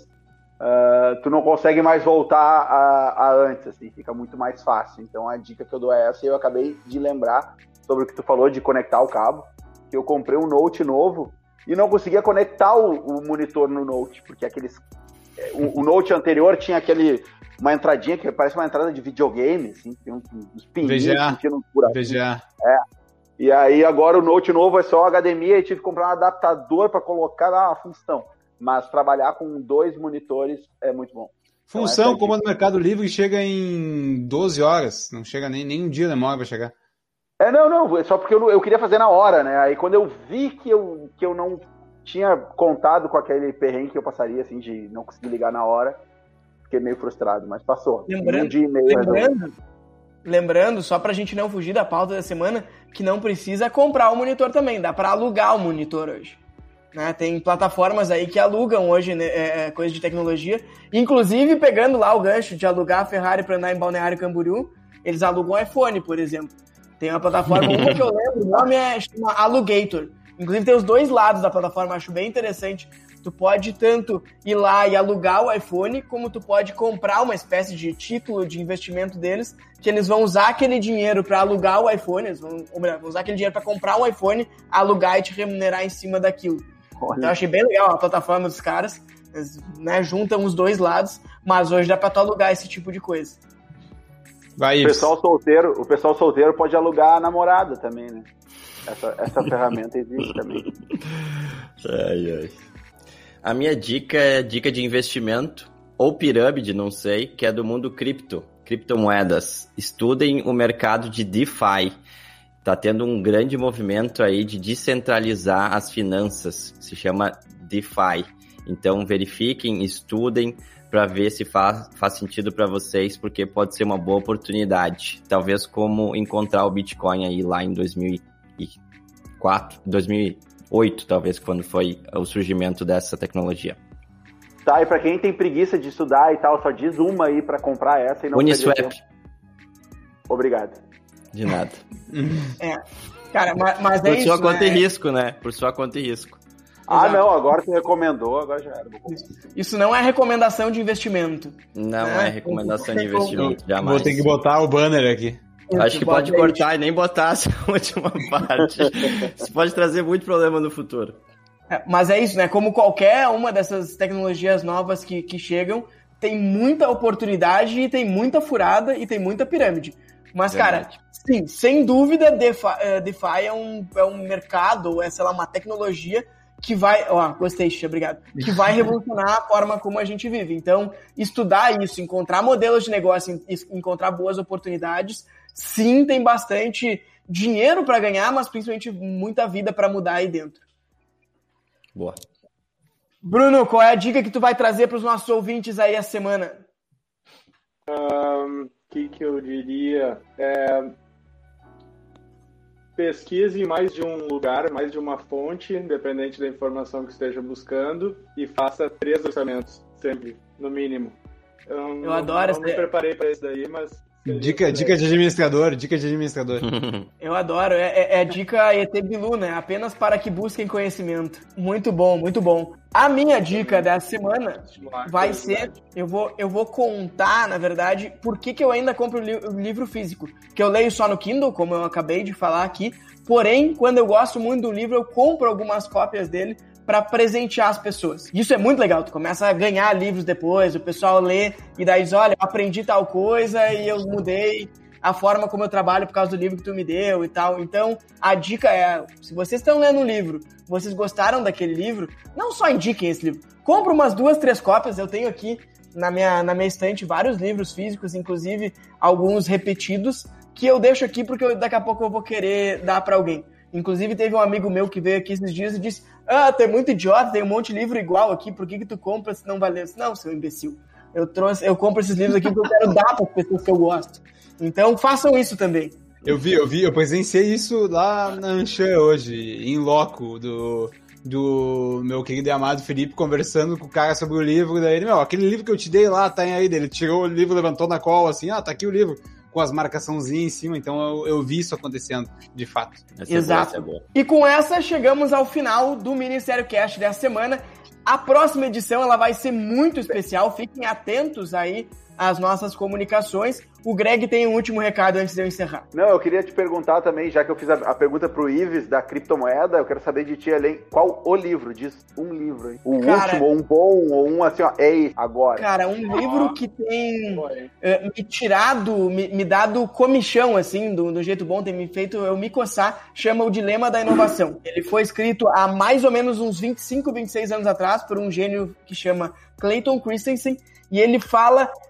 [SPEAKER 4] uh, tu não consegue mais voltar a, a antes, assim, fica muito mais fácil. Então a dica que eu dou é essa, e eu acabei de lembrar sobre o que tu falou de conectar o cabo, que eu comprei um Note novo e não conseguia conectar o, o monitor no Note, porque aqueles O, o Note anterior tinha aquele, uma entradinha que parece uma entrada de videogame, assim, tem uns, uns pininhos que tinha no buraco.
[SPEAKER 2] V G A.
[SPEAKER 4] É. E aí agora o Note novo é só H D M I, e tive que comprar um adaptador para colocar na função. Mas trabalhar com dois monitores é muito bom.
[SPEAKER 2] Função,
[SPEAKER 4] então,
[SPEAKER 2] como no Mercado Livre, chega em doze horas. Não chega nem, nem um dia demora para chegar.
[SPEAKER 4] É, não, não, só porque eu, eu queria fazer na hora, né? Aí quando eu vi que eu, que eu não tinha contado com aquele perrengue que eu passaria, assim, de não conseguir ligar na hora, fiquei meio frustrado, mas passou.
[SPEAKER 1] Lembrando,
[SPEAKER 4] um dia e meio
[SPEAKER 1] lembrando, lembrando, só pra gente não fugir da pauta da semana, que não precisa comprar o monitor também, dá pra alugar o monitor hoje. Né? Tem plataformas aí que alugam hoje, né, é, coisa de tecnologia, inclusive pegando lá o gancho de alugar a Ferrari pra andar em Balneário Camboriú, eles alugam o iPhone, por exemplo. Tem uma plataforma, uma que eu lembro, o nome é chama Alugator. Inclusive tem os dois lados da plataforma, acho bem interessante. Tu pode tanto ir lá e alugar o iPhone, como tu pode comprar uma espécie de título de investimento deles, que eles vão usar aquele dinheiro para alugar o iPhone, eles vão, ou melhor, vão usar aquele dinheiro para comprar um iPhone, alugar e te remunerar em cima daquilo. Olha. Então eu achei bem legal a plataforma dos caras, eles, né, juntam os dois lados, mas hoje dá para tu alugar esse tipo de coisa.
[SPEAKER 2] Vai,
[SPEAKER 4] o pessoal solteiro, o pessoal solteiro pode alugar a namorada também, né? Essa, essa ferramenta existe também.
[SPEAKER 3] Ai, ai. A minha dica é dica de investimento, ou pirâmide, não sei, que é do mundo cripto, criptomoedas. Estudem o mercado de DeFi. Tá tendo um grande movimento aí de descentralizar as finanças, se chama DeFi. Então verifiquem, estudem, para ver se faz, faz sentido para vocês, porque pode ser uma boa oportunidade. Talvez como encontrar o Bitcoin aí lá em dois mil e quatro, dois mil e oito, talvez, quando foi o surgimento dessa tecnologia.
[SPEAKER 4] Tá, e para quem tem preguiça de estudar e tal, só diz uma aí para comprar essa e não
[SPEAKER 3] Uniswap.
[SPEAKER 4] Obrigado.
[SPEAKER 3] De nada.
[SPEAKER 1] É. Cara, mas, mas é
[SPEAKER 3] Por
[SPEAKER 1] isso,
[SPEAKER 3] sua conta
[SPEAKER 1] né?
[SPEAKER 3] e risco, né? Por sua conta e risco.
[SPEAKER 4] Ah,
[SPEAKER 1] Exato.
[SPEAKER 4] não, agora você recomendou, agora já era.
[SPEAKER 1] Isso não é recomendação de investimento.
[SPEAKER 3] Não
[SPEAKER 1] né?
[SPEAKER 3] é recomendação de investimento, jamais.
[SPEAKER 2] Vou ter que botar o banner aqui.
[SPEAKER 3] Acho que pode cortar e nem botar essa última parte. Isso pode trazer muito problema no futuro.
[SPEAKER 1] É, mas é isso, né? Como qualquer uma dessas tecnologias novas que, que chegam, tem muita oportunidade e tem muita furada e tem muita pirâmide. Mas,
[SPEAKER 3] Verdade.
[SPEAKER 1] cara, sim, sem dúvida, DeFi, DeFi é, um, é um mercado, é, sei lá, uma tecnologia que vai... Ó, gostei, Xixi, obrigado. Que vai revolucionar a forma como a gente vive. Então, estudar isso, encontrar modelos de negócio, encontrar boas oportunidades, sim, tem bastante dinheiro para ganhar, mas principalmente muita vida para mudar aí dentro.
[SPEAKER 3] Boa.
[SPEAKER 1] Bruno, qual é a dica que tu vai trazer para os nossos ouvintes aí essa semana?
[SPEAKER 5] O um, que, que eu diria? É... Pesquise em mais de um lugar, mais de uma fonte, independente da informação que esteja buscando, e faça três orçamentos, sempre, no mínimo. Eu,
[SPEAKER 1] eu
[SPEAKER 5] não,
[SPEAKER 1] adoro
[SPEAKER 5] não me preparei para isso daí, mas...
[SPEAKER 2] Dica, dica de administrador, dica de administrador.
[SPEAKER 1] Eu adoro, é, é, é dica E T Bilu, né? Apenas para que busquem conhecimento. Muito bom, muito bom. A minha dica dessa semana vai ser, eu vou, eu vou contar, na verdade, por que, que eu ainda compro o, li- o livro físico. Que eu leio só no Kindle, como eu acabei de falar aqui, porém, quando eu gosto muito do livro, eu compro algumas cópias dele para presentear as pessoas. Isso é muito legal, tu começa a ganhar livros depois, o pessoal lê e daí diz, olha, eu aprendi tal coisa e eu mudei a forma como eu trabalho por causa do livro que tu me deu e tal. Então, a dica é, se vocês estão lendo um livro, vocês gostaram daquele livro, não só indiquem esse livro, compra umas duas, três cópias, eu tenho aqui na minha, na minha estante vários livros físicos, inclusive alguns repetidos, que eu deixo aqui porque eu, daqui a pouco eu vou querer dar para alguém. Inclusive, teve um amigo meu que veio aqui esses dias e disse, ah, tu é muito idiota, tem um monte de livro igual aqui, por que que tu compra se não valeu? Não, seu imbecil, eu, trouxe, eu compro esses livros aqui porque eu quero dar para as pessoas que eu gosto. Então, façam isso também.
[SPEAKER 2] Eu vi, eu vi, eu presenciei isso lá na Anshan hoje, em loco, do, do meu querido e amado Felipe conversando com o cara sobre o livro, daí ele, meu, aquele livro que eu te dei lá, tá aí, ele tirou o livro, levantou na cola, assim, ah, tá aqui o livro, com as marcaçãozinhas em cima, então eu, eu vi isso acontecendo, de fato.
[SPEAKER 3] Essa
[SPEAKER 1] Exato.
[SPEAKER 3] É boa, essa é boa.
[SPEAKER 1] E com essa, chegamos ao final do Ministério Cast dessa semana. A próxima edição, ela vai ser muito especial, fiquem atentos aí às nossas comunicações. O Greg tem um último recado antes de eu encerrar.
[SPEAKER 4] Não, eu queria te perguntar também, já que eu fiz a, a pergunta pro Ives da criptomoeda, eu quero saber de ti, além, qual o livro? Diz um livro aí. O
[SPEAKER 1] Cara,
[SPEAKER 4] último, ou um bom, ou um assim, ó, é agora.
[SPEAKER 1] Cara, um livro que tem uh, me tirado, me, me dado comichão, assim, do, do jeito bom, tem me feito eu me coçar, chama O Dilema da Inovação. Ele foi escrito há mais ou menos uns vinte e cinco, vinte e seis anos atrás por um gênio que chama Clayton Christensen, e ele fala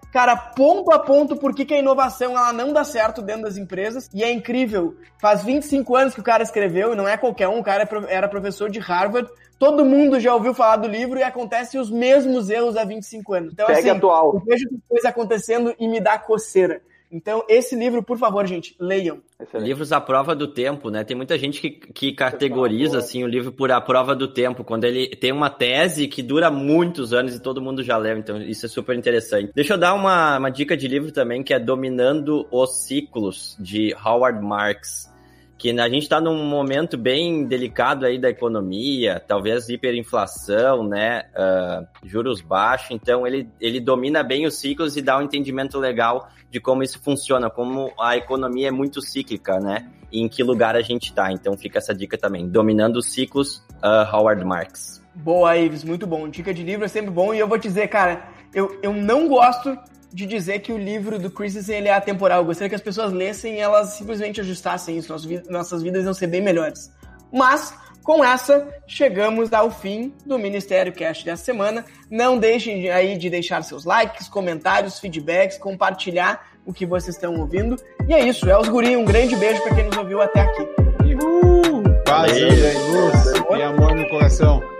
[SPEAKER 1] cara, ponto a ponto, por que que a inovação ela não dá certo dentro das empresas. E é incrível, faz vinte e cinco anos que o cara escreveu, e não é qualquer um, o cara era professor de Harvard, todo mundo já ouviu falar do livro e acontecem os mesmos erros há vinte e cinco anos. Então,
[SPEAKER 4] Segue
[SPEAKER 1] assim,
[SPEAKER 4] atual.
[SPEAKER 1] eu vejo coisa acontecendo e me dá coceira. Então, esse livro, por favor, gente, leiam.
[SPEAKER 3] Excelente. Livros à prova do tempo, né? Tem muita gente que, que categoriza, assim, o livro por a prova do tempo, quando ele tem uma tese que dura muitos anos e todo mundo já leu, então isso é super interessante. Deixa eu dar uma, uma dica de livro também, que é Dominando os Ciclos, de Howard Marks, que a gente está num momento bem delicado aí da economia, talvez hiperinflação, né, uh, juros baixos, então ele, ele domina bem os ciclos e dá um entendimento legal de como isso funciona, como a economia é muito cíclica, né, e em que lugar a gente está. Então fica essa dica também, Dominando os Ciclos, uh, Howard Marks.
[SPEAKER 1] Boa, Ives, muito bom. Dica de livro é sempre bom, e eu vou te dizer, cara, eu, eu não gosto de dizer que o livro do Christensen ele é atemporal. Eu gostaria que as pessoas lessem e elas simplesmente ajustassem isso. Nossas vidas iam ser bem melhores. Mas, com essa, chegamos ao fim do Ministério Cast dessa semana. Não deixem aí de deixar seus likes, comentários, feedbacks, compartilhar o que vocês estão ouvindo. E é isso, é os guri. Um grande beijo para quem nos ouviu até aqui.
[SPEAKER 2] Uhul! Prazer, luz e amor no coração.